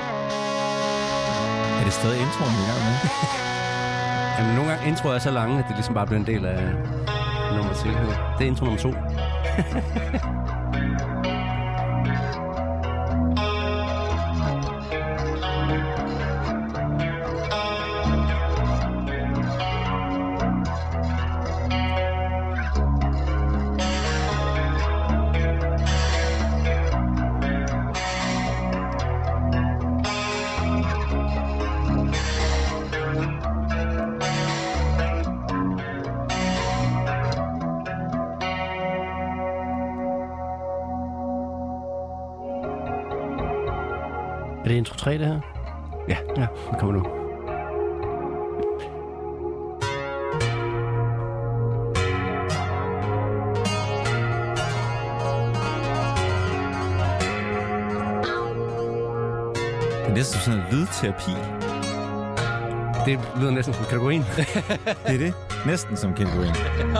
Er det stadig introen, vi er i gang med? Jamen, nogle gange introer er så lange, at det ligesom bare bliver en del af nummer 10. Det er intro nummer 2. Er det intro 3, det her? Ja, det kommer nu. Det er næsten sådan en lydterapi. Det lyder næsten som kategorien. Det er det. Næsten som kategorien.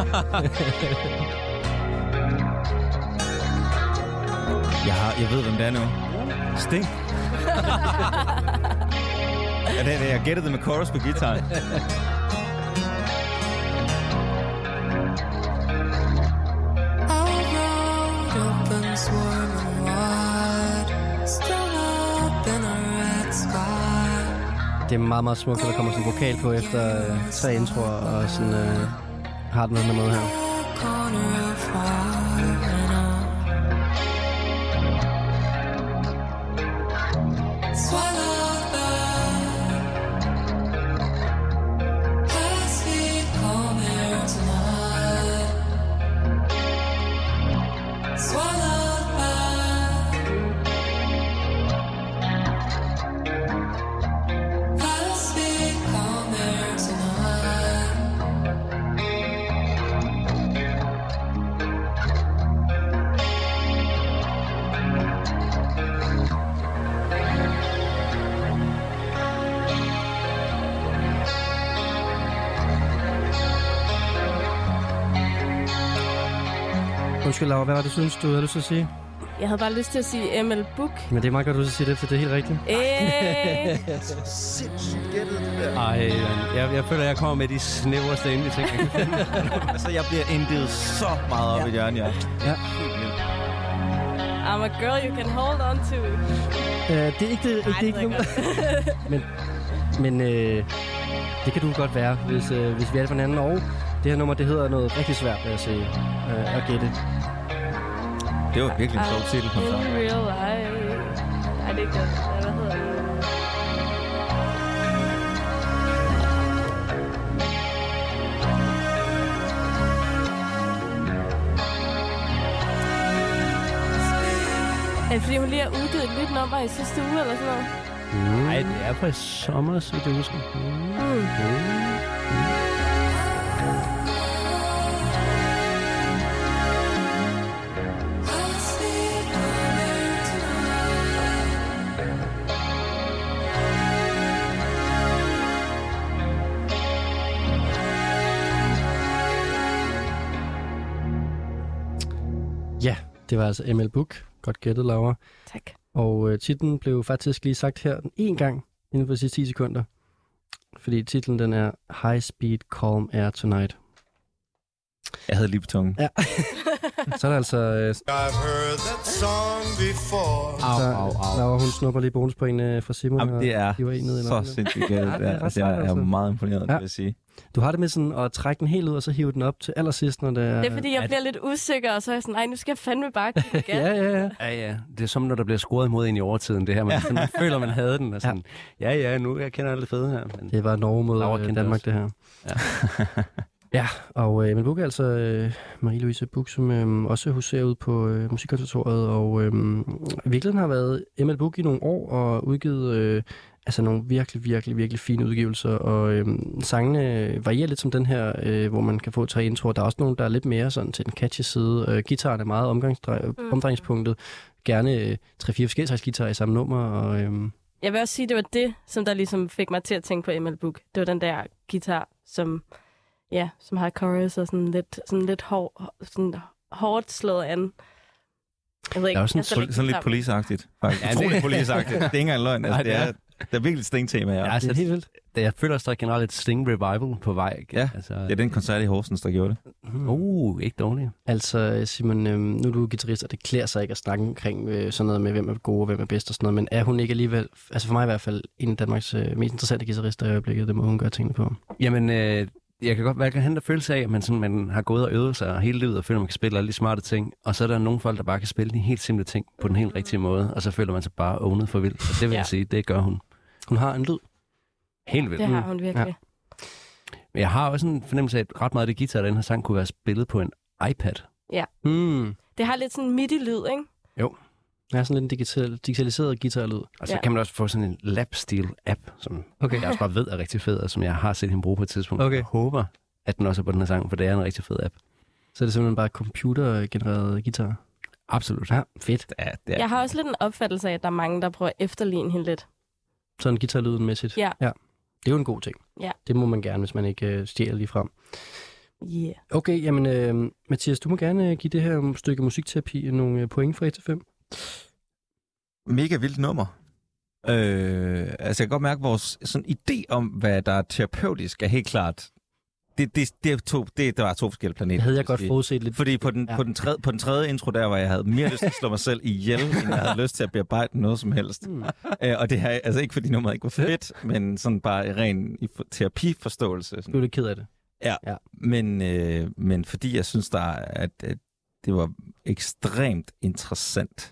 Jeg ved, hvem det er nu. Sting. Ja, det er det. Jeg gættede det med chorus på guitaren. Det er meget, meget smukt, at der kommer sådan en vokal på efter 3 introer, og sådan har den noget med her. Undskyld, Laura, hvad var det, synes du havde lyst til at sige? Jeg havde bare lyst til at sige ML Book. Men det er meget godt, du skal sige det, for det er helt rigtigt. Sindssygt gættet det der. Ej, jeg føler, at jeg kommer med de snævreste endelige ting. Altså, jeg bliver intet så meget op i hjørnet, ja. Ja. I'm a girl you can hold on to. Det er ikke det, ikke nu. men det kan du godt være, hvis vi er det for hinanden. Og det her nummer, det hedder noget rigtig svært, vil jeg sige, at gætte. Det var virkelig en sjov titel på en sang. In real life. Ej, det er ikke det. Hvad hedder det? Er det fordi, hun lige har udgivet et nyt nummer i sidste uge, eller sådan noget? Nej, det er fra sommer, så det husker. Ja, det var altså ML Book. Godt gættet, Laura. Tak. Og titlen blev faktisk lige sagt her en gang inden for de sidste 10 sekunder. Fordi titlen den er High Speed Calm Air Tonight. Jeg havde lige på tungen. Ja. Så er der altså... I've heard that song before. Laura, hun snupper lige bonuspoint fra Simon. Jamen, det er hiver en ned i så lommen. sindssygt galt. Ja, det er ret Jeg sejt, er altså. meget imponeret, vil jeg sige. Du har det med sådan at trække den helt ud, og så hive den op til allersidst, når det er... Det er fordi, jeg bliver lidt usikker, og så er jeg sådan, nej, nu skal jeg fandme bare kigge igen. Ja. Det er som, når der bliver scoret imod en i overtiden, det her. Man føler, man havde den. Og sådan, nu jeg kender alle det fede her. Men Det var Norge mod Danmark, det her. Ja, og ML Book er altså Marie-Louise Buch, som også huserer ud på Musikkonservatoriet, og i virkeligheden har været ML Book i nogle år og udgivet nogle virkelig fine udgivelser, og sangene varierer lidt som den her, hvor man kan få 3 introer. Der er også nogle, der er lidt mere sådan til den catchy side. Gitaren er meget omdrejningspunktet. Gerne 3-4 forskellige slags guitar i samme nummer. Og, Jeg vil også sige, det var det, som der ligesom fik mig til at tænke på ML Book. Det var den der guitar, som har chorus og sådan lidt hårdt slået an. Jeg ved ikke, Det er også sådan lidt policeagtigt. Utroligt policeagtigt. Det er ikke engang løgn. Altså, det er virkelig et stingtema, ja. altså, det er helt vildt. Jeg føler også, der er generelt et Sting revival på vej. Ikke? Ja, altså, det er den koncert i Horsens, der gjorde det. Ikke dårligt. Altså, Simon, nu er du guitarist, og det klæder sig ikke at snakke omkring sådan noget med, hvem er god og hvem er bedst og sådan noget, men er hun ikke alligevel, altså for mig i hvert fald, en af Danmarks mest interessante guitarister i øjeblikket, det må hun gøre tingene på. Jamen, jeg kan godt have den følelse af, at man har gået og øvet sig hele livet og føler, at man kan spille alle de smarte ting, og så er der nogle folk, der bare kan spille de helt simple ting på den helt rigtige måde, og så føler man sig bare ownet for vildt. Og det vil jeg sige, det gør hun. Hun har en lyd. Helt vildt. Det har hun virkelig. Men jeg har også en fornemmelse af, at ret meget af det guitar, den her sang kunne være spillet på en iPad. Ja. Det har lidt sådan MIDI-lyd, ikke? Jo. Ja, sådan lidt en digitaliseret guitarlyd. Og så kan man også få sådan en lap-steel-app, som jeg også bare ved er rigtig fed, og som jeg har set hende bruge på et tidspunkt. Okay. Jeg håber, at den også er på den her sang, for det er en rigtig fed app. Så er det simpelthen bare computergenereret guitar? Absolut. Ja, fedt. Ja, Jeg har også lidt en opfattelse af, at der er mange, der prøver at efterligne hende lidt. Sådan guitarlyden-mæssigt? Ja. Det er jo en god ting. Ja. Det må man gerne, hvis man ikke stjæler lige frem. Yeah. Okay, jamen Mathias, du må gerne give det her stykke musikterapi nogle point fra 1 til 5. Mega vildt nummer. Jeg kan godt mærke, at vores sådan idé om, hvad der er terapeutisk, er helt klart. Det var 2 forskellige planeter. Det havde jeg godt forudset lidt. Fordi på den tredje intro der, hvor jeg havde mere lyst til at slå mig selv ihjel, end jeg havde lyst til at bearbejde noget som helst. Og det her, altså ikke fordi nummeret ikke var fedt, men sådan bare ren terapiforståelse. Du er lidt ked af det. Ja. Men fordi jeg synes, at det var ekstremt interessant.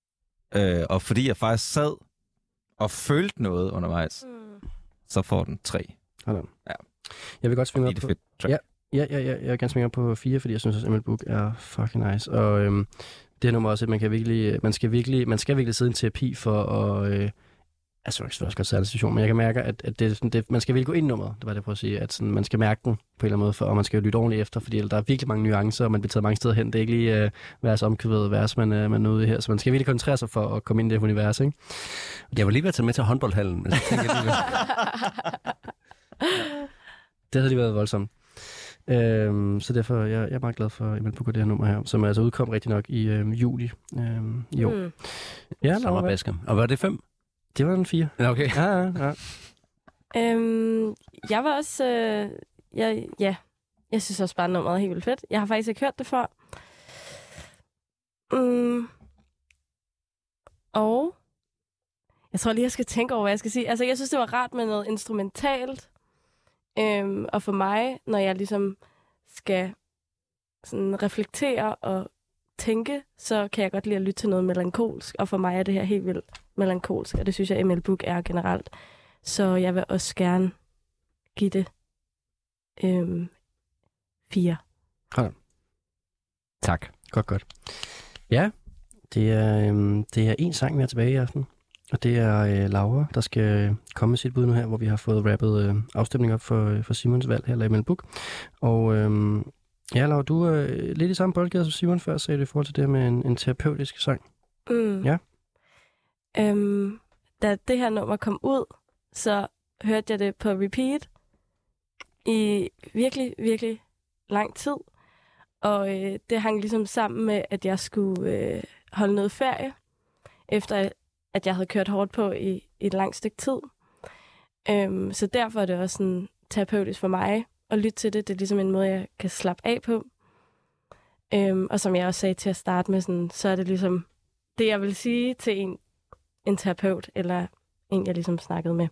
Og fordi jeg faktisk sad og følte noget undervejs, så får den 3. Sådan. Ja. Jeg vil godt svinge op på... Ja, jeg vil gerne svinge op på 4, fordi jeg synes, at ML Book er fucking nice. Og det her nummer også, at man skal virkelig sidde i en terapi for at... altså, det er også godt særlig situation, men jeg kan mærke, at man skal virkelig gå ind i nummeret. Det var det, jeg prøver at sige. At sådan, man skal mærke den på en eller anden måde, og man skal jo lytte ordentligt efter, fordi der er virkelig mange nuancer, og man bliver taget mange steder hen. Det er ikke lige vers omkvædet vers, man er ude i her. Så man skal virkelig koncentrere sig for at komme ind i det univers, ikke? Jeg var lige ved at tage med til håndboldhallen, men så tænker jeg lige... Det havde lige været voldsomt. Så derfor jeg er meget glad for ML Book og det her nummer her, som altså udkom rigtig nok i juli i år. Ja, Sommerbasker. Og var det 5? Det var en 4. Ja, okay. Ja. Jeg var også... Jeg synes også bare, at nummeret er helt vildt fedt. Jeg har faktisk ikke hørt det før. Og jeg tror lige, jeg skal tænke over, hvad jeg skal sige. Altså, jeg synes, det var rart med noget instrumentalt. Og for mig, når jeg ligesom skal sådan reflektere og tænke, så kan jeg godt lide at lytte til noget melankolsk. Og for mig er det her helt vildt melankolsk, og det synes jeg, ML Book er generelt. Så jeg vil også gerne give det 4. Ja. Tak. Godt. Ja, Det er en sang, vi har tilbage i aften. Og det er Laura, der skal komme med sit bud nu her, hvor vi har fået rappet afstemning op for Simons valg her, Lamel Book. Og ja, Laura, du er lidt i samme boldgade som Simon før, sagde du i forhold til det med en terapeutisk sang. Ja. Da det her nummer kom ud, så hørte jeg det på repeat i virkelig, virkelig lang tid. Og det hang ligesom sammen med, at jeg skulle holde noget ferie, efter at jeg havde kørt hårdt på i et langt stykke tid. Så derfor er det også sådan terapeutisk for mig at lytte til det. Det er ligesom en måde, jeg kan slappe af på. Og som jeg også sagde til at starte med, sådan, så er det ligesom det, jeg vil sige til en terapeut, eller en, jeg ligesom snakkede med.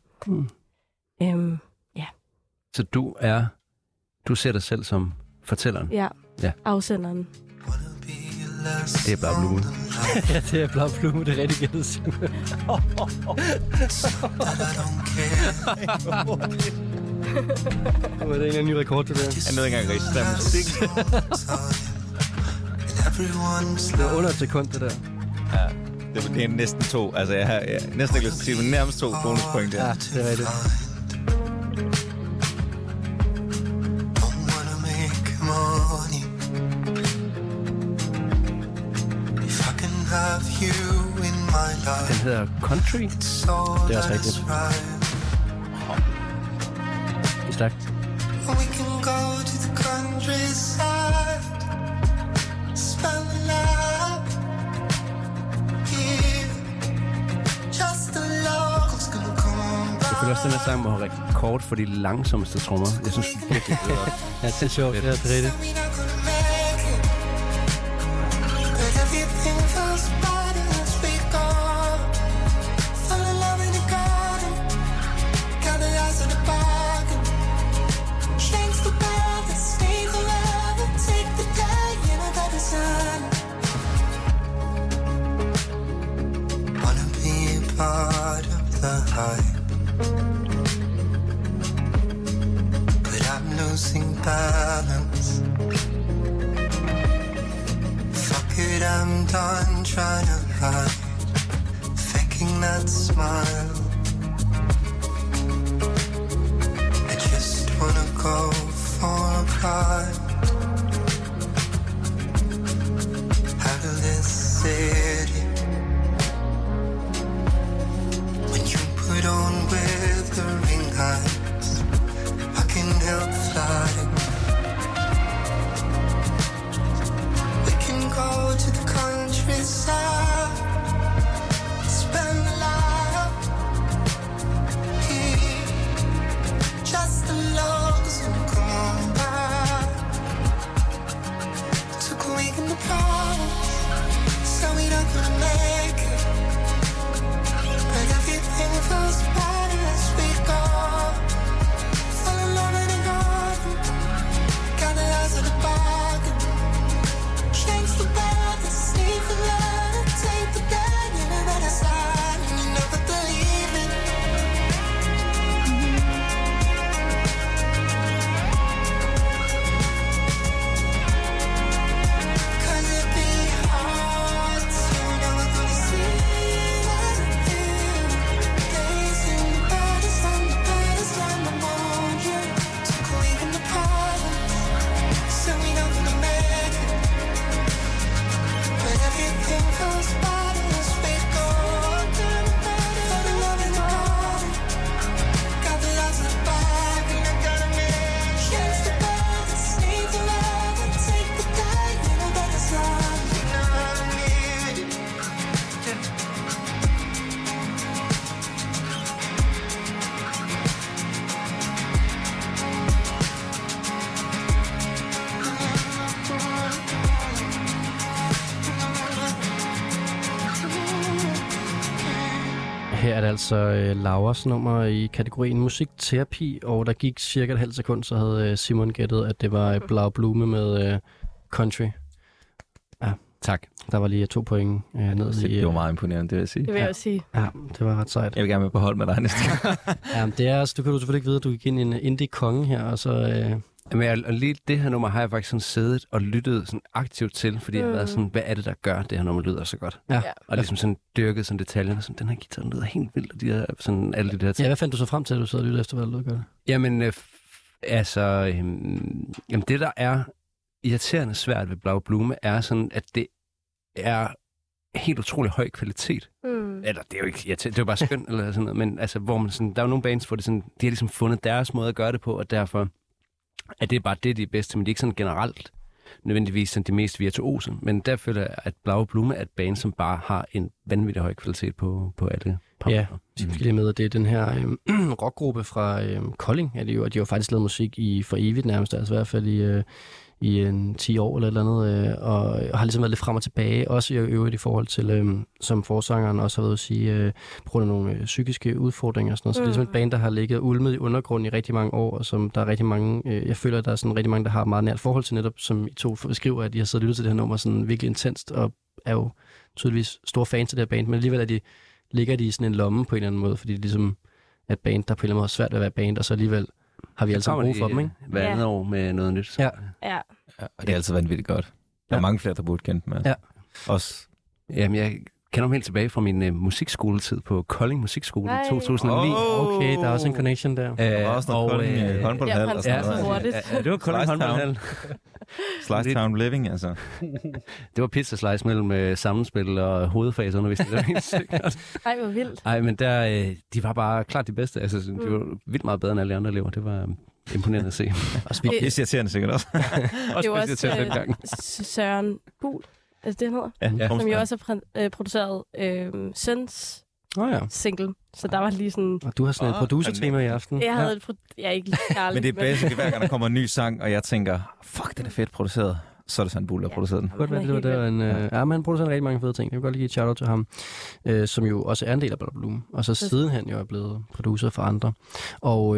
Ja. Så du ser dig selv som fortælleren? Ja. Afsenderen. Det er Blau Blume. Ja, det er Blau Blume, det er rigtig gældet, Simon. Det var det en ny rekord, det der. Jeg nåede ikke engang rigtig der musik. Det var under et sekund, det der. Ja, det er næsten 2. Altså, jeg har næsten ikke lyst til at sige, men nærmest 2 bonuspoint der. Ja, det er rigtigt. Den hedder Country. Det er også rigtigt. Det er stærkt. We can go to the countryside, spend the night here. Just the locals gonna come by. Jeg føler også, den her sang må have rekord for de langsomste trommer. Jeg synes virkelig, det er ja, det er sjovt. Det er rigtigt. Part of the hype, but I'm losing balance. Fuck it, I'm done trying to hide, faking that smile. I just wanna go for a ride out of this city. Put on withering eyes, I can help flying. We can go to the countryside, spend the life here. Just the locals who come on by. Took a week in the province, so we don't gonna make it. But everything feels better as we go. Fall in love in a garden, got the eyes of the bargain. Change the bed, the sleep, the letter, take the bed, you know that I side, and you never believe it. Cause it'd be hard to know we're gonna see that here. Days in the baddest and the moon, yeah. Took a week in the province, so we not gonna make it. But everything feels better as we go. Fall in love in the garden, got the lights in the back, and I gotta make change the bed, the sleep, the love, and take the day, you know that it's not, you know I need it. Her er det altså Lauras nummer i kategorien musikterapi, og der gik cirka et halvt sekund, så havde Simon gættet, at det var Blau Blume med Country. Ja, Tak. der var lige 2 point ned i... Det var meget imponerende, det vil jeg sige. Det vil jeg også sige. Ja, det var ret sejt. Jeg vil gerne være på hold med dig næste gang. Ja, det er altså, du kan jo selvfølgelig ikke vide, at du gik ind i en indie-konge her, og så Jamen, og lige det her nummer har jeg faktisk sådan siddet og lyttet sådan aktivt til, fordi jeg har været sådan, hvad er det, der gør, det her nummer lyder så godt? Ja. Og ligesom sådan dyrket sådan detaljerne, sådan, den her guitar lyder helt vildt, og de her, sådan alle de der ting. Ja, hvad fandt du så frem til, at du sad og lyttede efter, hvad det lød godt? Jamen, jamen, det der er irriterende svært ved Blau Blume, er sådan, at det er helt utrolig høj kvalitet. Eller det er jo ikke irriterende, det er jo bare skønt, eller sådan noget, men altså, hvor man sådan, der er jo nogle bands, hvor det sådan, de har ligesom fundet deres måde at gøre det på, og derfor er det bare det, de er bedst til, men det er ikke sådan generelt nødvendigvis sådan de mest virtuose. Men der føler jeg, at Blau Blume er et band, som bare har en vanvittig høj kvalitet på alle parametre. Ja, måske lige med, at det er den her rockgruppe fra Kolding, og de har jo faktisk lavet musik for evigt nærmest, altså i hvert fald i en 10 år eller et eller andet, og har ligesom været lidt frem og tilbage, også i øvrigt i forhold til, som forsangeren også har været at sige, på grund af nogle psykiske udfordringer og sådan noget. Så det er ligesom et band, der har ligget ulmet i undergrunden i rigtig mange år, og som der er rigtig mange, jeg føler, at der er sådan rigtig mange, der har meget nært forhold til netop, som I to beskriver, at de har siddet og lyttet til det her nummer sådan virkelig intenst, og er jo tydeligvis store fans af det her band, men alligevel ligger de i sådan en lomme på en eller anden måde, fordi det ligesom er et band, der på en eller anden måde har svært ved at være band, og så alligevel har vi altså brug for dem, ikke? Hver andet år med noget nyt. Ja. Og det er altid vanvittigt godt. Der er mange flere, der burde kende dem. Altså. Ja. Også. Jamen, jeg kender dem helt tilbage fra min musikskoletid på Kolding Musikskole i 2009. Okay, der er også en connection der. Der var også noget Kolding håndboldhal og sådan noget. Ja, det var Kolding håndboldhal. Slice Town Living, altså. Det var pizza slice mellem sammenspil og hovedfagsundervisning. Det var helt sikkert. Ej, hvor vildt. Ej, men de var bare klart de bedste. Altså, de var vildt meget bedre end alle de andre elever. Det var imponerende at se. Og det irriterende sikkert også. Det var også Søren Buhl, altså det hedder, som jo også har produceret Søns single. Så der var lige sådan... Og du har sådan et producer-tema i aften. Jeg havde ikke lige kærligt. Men det er basic, hver gang der kommer en ny sang, og jeg tænker, fuck, den er fedt produceret. Så er det Søren Buhl, der har produceret den. Godt være, det var en... Ja, man producerer rigtig mange fede ting. Jeg vil godt lige give et shout-out til ham, som jo også er en del af Blau Blume. Og så siden han jo er blevet producer for andre. Og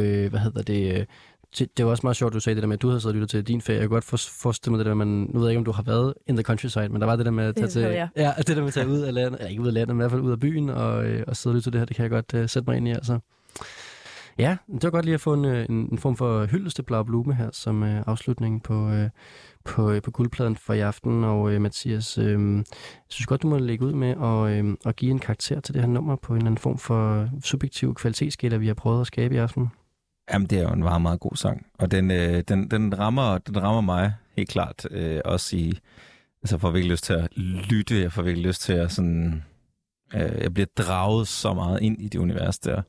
det var også meget sjovt, du sagde det der med, at du havde siddet og lyttet til din ferie. Jeg kan godt forestille mig det der med, nu ved jeg ikke, om du har været in the countryside, men der var det der med at tage til... Ja, det der med at tage ud af landet, ikke ud af landet, men i hvert fald ud af byen, og sidde og lytte til det her, det kan jeg godt sætte mig ind i, altså. Ja, det var godt lige at få en form for hyldest til Blau Blume her, som afslutning på guldpladen for i aften. Og Mathias, jeg synes godt, du må lægge ud med at give en karakter til det her nummer på en eller anden form for subjektiv kvalitetsskala, vi har prøvet at skabe i aften. Jamen, det er jo en meget, meget god sang. Og den rammer mig helt klart også i... Altså, jeg får virkelig lyst til at lytte. Jeg får virkelig lyst til at sådan... jeg bliver draget så meget ind i det univers der.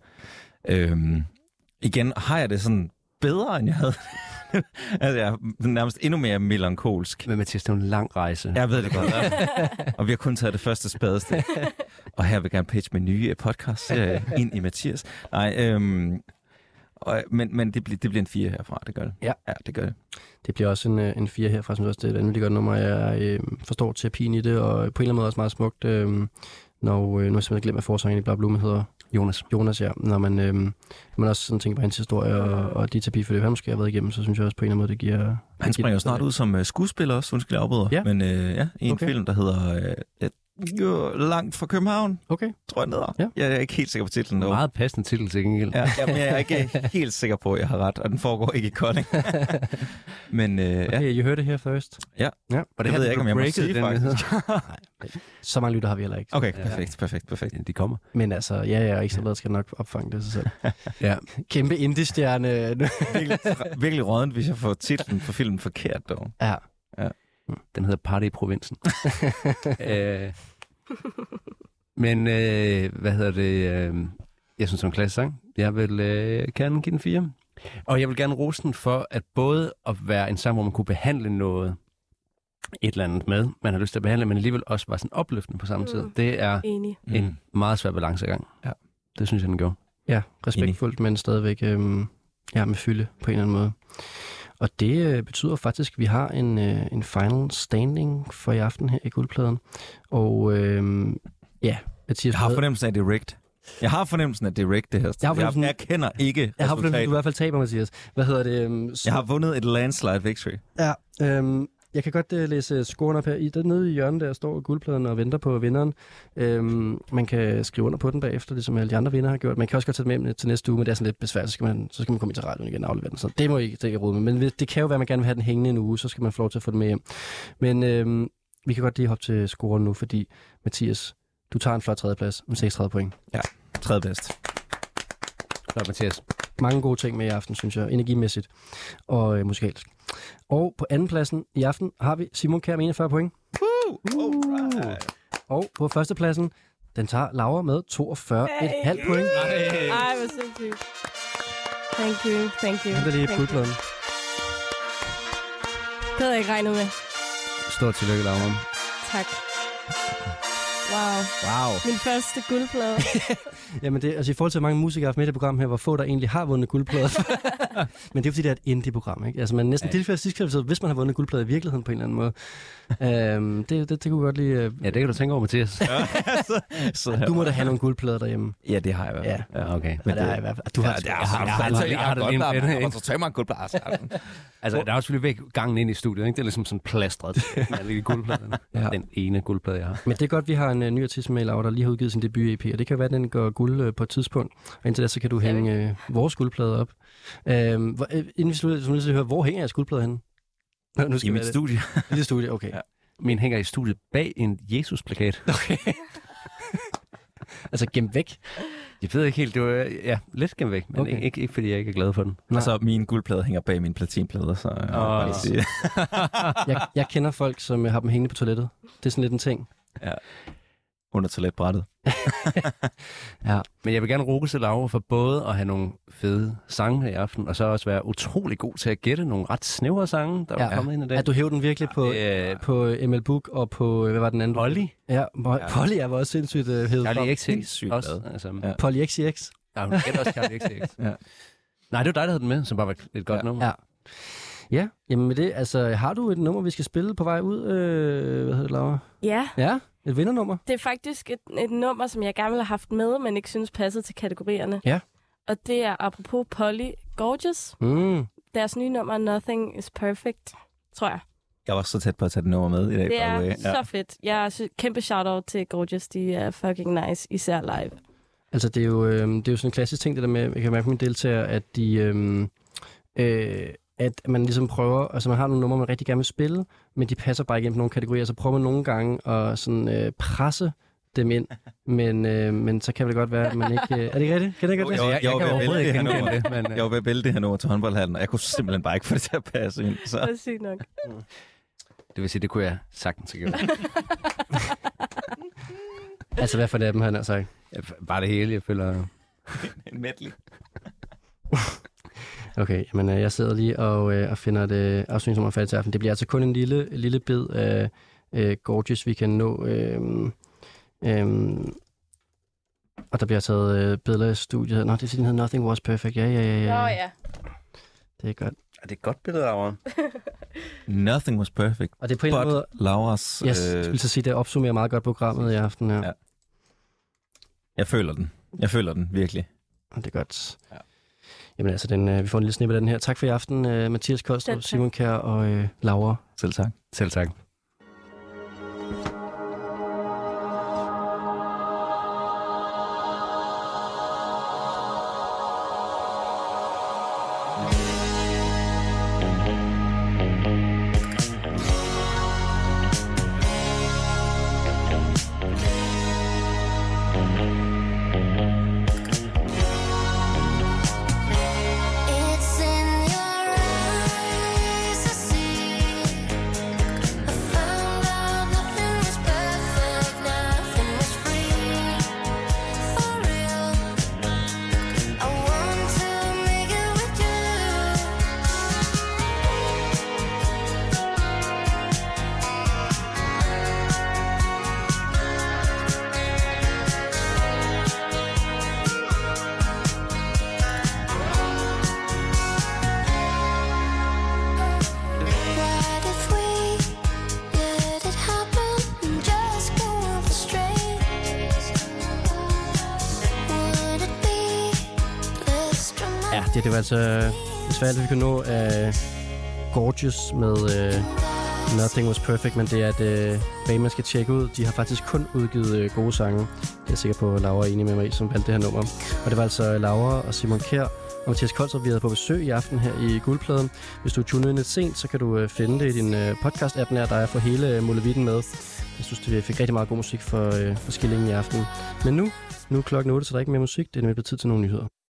Igen har jeg det sådan bedre, end jeg havde. Altså, jeg er nærmest endnu mere melankolsk. Men Mathias, det er en lang rejse. Jeg ved det godt. Og vi har kun taget det første spadestik. Og her vil jeg gerne pitche min nye podcast ind i Mathias. Nej, men det bliver en 4 herfra, det gør det. Ja, det gør det. Det bliver også en 4 herfra, som også det er et vanvittigt godt nummer. Jeg forstår terapien i det, og på en eller anden måde også meget smukt, nu har jeg simpelthen glemt, at forsangeren i Blau Blume hedder Jonas, ja. Når man også sådan tænker på hans historie og de terapiforløb, han måske har været igennem, så synes jeg også på en eller anden måde, det giver... Han springer jo snart ud som skuespiller også, undskyld jeg afbryder. Ja. Men i en film, der hedder... Langt fra København, tror jeg nedad. Ja. Jeg er ikke helt sikker på titlen. Meget passende titel til gengæld. Ja, men jeg er ikke helt sikker på, at jeg har ret, og den foregår ikke i Kolding. Men okay, you heard it here first. Ja. Og det ved jeg ikke, om jeg må sige, faktisk. Så mange lytter har vi heller ikke. Okay, perfekt. De kommer. Men altså, jeg er ikke så glad, skal nok opfange det sig selv. Ja. Kæmpe indie-stjerne. virkelig rådent, hvis jeg får titlen på filmen forkert, dog. Ja. Den hedder Party i Provinsen. Men hvad hedder det? Jeg synes, det er en klasse sang. Jeg vil gerne give den 4. Og jeg vil gerne rose den for, at både at være en sang, hvor man kunne behandle noget, et eller andet med, man har lyst til at behandle, men alligevel også var sådan opløftende på samme tid. Det er en meget svær balancegang. Ja. Det synes jeg, den gjorde. Ja, respektfuldt, men stadigvæk med fylde på en eller anden måde. Og det betyder faktisk, at vi har en final standing for i aften her i guldpladen. Og Mathias... Jeg har fornemmelsen af, det er rigged. Jeg har fornemmelsen af, det er rigged, det her. Jeg kender ikke resultatet. Jeg har fornemmelsen, at du i hvert fald taber, Mathias. Hvad hedder det? Jeg har vundet et landslide victory. Ja, Jeg kan godt læse scoren op her. Der nede i hjørnet der står guldpladen og venter på vinderen. Man kan skrive under på den bagefter, det som alle de andre vinder har gjort. Man kan også godt tage den med til næste uge, men det er sådan lidt besværligt. Så skal man komme ind til radioen igen og aflevere den. Så det må ikke råde med. Men det kan jo være, at man gerne vil have den hængende en uge, så skal man få lov til at få den med hjem. Men vi kan godt lige hoppe til scoren nu, fordi Mathias, du tager en flot tredjeplads med 36 point. Ja, tredje bedst. Flot, Mathias. Mange gode ting med i aften, synes jeg. Energimæssigt og musikalsk. Og på andenpladsen i aften har vi Simon Kjær med 41 point. Og på førstepladsen, den tager Laura med 42,5 point. Ej, hvor sindssygt. Thank you. Det er lige guldpladen. Det havde jeg ikke regnet med. Stort tillykke, Laura. Tak. Wow. Min første guldplade. Jamen det, altså i forhold til mange musikere har haft med det program her, hvor få der egentlig har vundet guldplader. Men det er fordi, det er et indie-program, ikke? Altså man næsten diskvalificeret, hvis man har vundet guldplader i virkeligheden på en eller anden måde. Det kunne godt lige... Ja, det kan du tænke over, Mathias. Du må da have nogle guldplader derhjemme. Ja, det har jeg i hvert fald. Ja, okay. Men det har jeg i hvert fald. Du har Jeg har det lige en så tager mig en guldplads. Altså, der er jo selvfølgelig væk gangen ind i studiet, ikke? Det er ligesom sådan plastret med alle guldpladerne. Den ene guldplade, jeg har. Men det er godt, vi har en ny artist med, Laura, der lige har udgivet sin debut-EP, og det kan være, at den går guld på et tidspunkt. Og indtil da, så kan du hænge vores guldplade op. Inden vi slutter, så vil jeg høre, hvor hænger jeg guldplade henne? I mit studie. I dit studie, okay. Ja. Min hænger i studiet bag en Jesus-plakat. Okay. Altså gemt væk? Jeg ved ikke helt, det var lidt gemt væk, men okay. ikke fordi jeg ikke er glad for den. Altså, min guldplade hænger bag min platinplade, så jeg kender folk, som har dem hængende på toilettet. Det er sådan lidt en ting. Ja. Under toiletbrættet. Ja. Men jeg vil gerne rose Laura for både at have nogle fede sange her i aften, og så også være utrolig god til at gætte nogle ret snævre sange, der er kommet ind i dag. Ja, du hævde den virkelig på ML Book og på, hvad var den anden? Polly. Ja, Polly var også sindssygt hævet frem. Charlie XX også. Altså, Polly XX. Ja, hun gætter også Charlie XX. Ja. Nej, det var dig, der havde den med, som bare var et godt nummer. Ja, jamen med det, altså har du et nummer, vi skal spille på vej ud? Hvad hedder det, Laura? Ja. Ja, et vindernummer? Det er faktisk et nummer, som jeg gerne ville have haft med, men ikke synes passede til kategorierne. Ja. Og det er apropos Polly, Gorgeous. Deres nye nummer, Nothing is Perfect, tror jeg. Jeg var så tæt på at tage det nummer med i dag. Det er så fedt. Jeg er kæmpe shout-out til Gorgeous. De er fucking nice, især live. Altså det er jo sådan en klassisk ting, det der med, jeg kan mærke på mine deltagere, at de... at man ligesom prøver, altså man har nogle numre, man rigtig gerne vil spille, men de passer bare igennem nogle kategorier, så prøver man nogle gange at sådan presse dem ind, men så kan det godt være, at man ikke... Er det ikke rigtigt? Kan det ikke godt det? Jeg var ved at vælge det her nummer til håndboldhallen, og jeg kunne simpelthen bare ikke få det til at passe ind. Så. Det er sygt nok. Det vil sige, det kunne jeg sagtens have gjort. Altså hvad for det af dem, han har sagt? Bare det hele, jeg føler... En medley. Okay, men jeg sidder lige og finder det afslutningsnummer færdigt til aften. Det bliver altså kun en lille bid af Gorgeous, vi kan nå. Og der bliver taget billeder i studiet. Nå, det hedder Nothing Was Perfect. Ja. Ja. Det er godt. Ja, det er et godt billede, Laura. Nothing was perfect. Og det er på en måde... Lauras... Jeg vil så sige, det opsummerer meget godt programmet i aften. Ja. Jeg føler den, virkelig. Og det er godt. Ja. Jamen altså, vi får en lille snip af den her. Tak for i aften, Mathias Kostrup, Simon Kjær og Laura. Selv tak. Selv tak. Det var altså svært, at vi kan nå Gorgeous med Nothing Was Perfect, men det er et band, man skal tjekke ud. De har faktisk kun udgivet gode sange. Det er jeg sikker på, at Laura er enig med mig i, som valgte det her nummer. Og det var altså Laura og Simon Kjær og Mathias Kolstrup, vi havde på besøg i aften her i Guldpladen. Hvis du er tunet ind lidt sent, så kan du finde det i din podcast-app, der er for hele Molevitten med. Jeg synes, vi fik rigtig meget god musik for Skillingen i aften. Men nu er klokken 8, så der er ikke mere musik. Det er nemlig tid til nogle nyheder.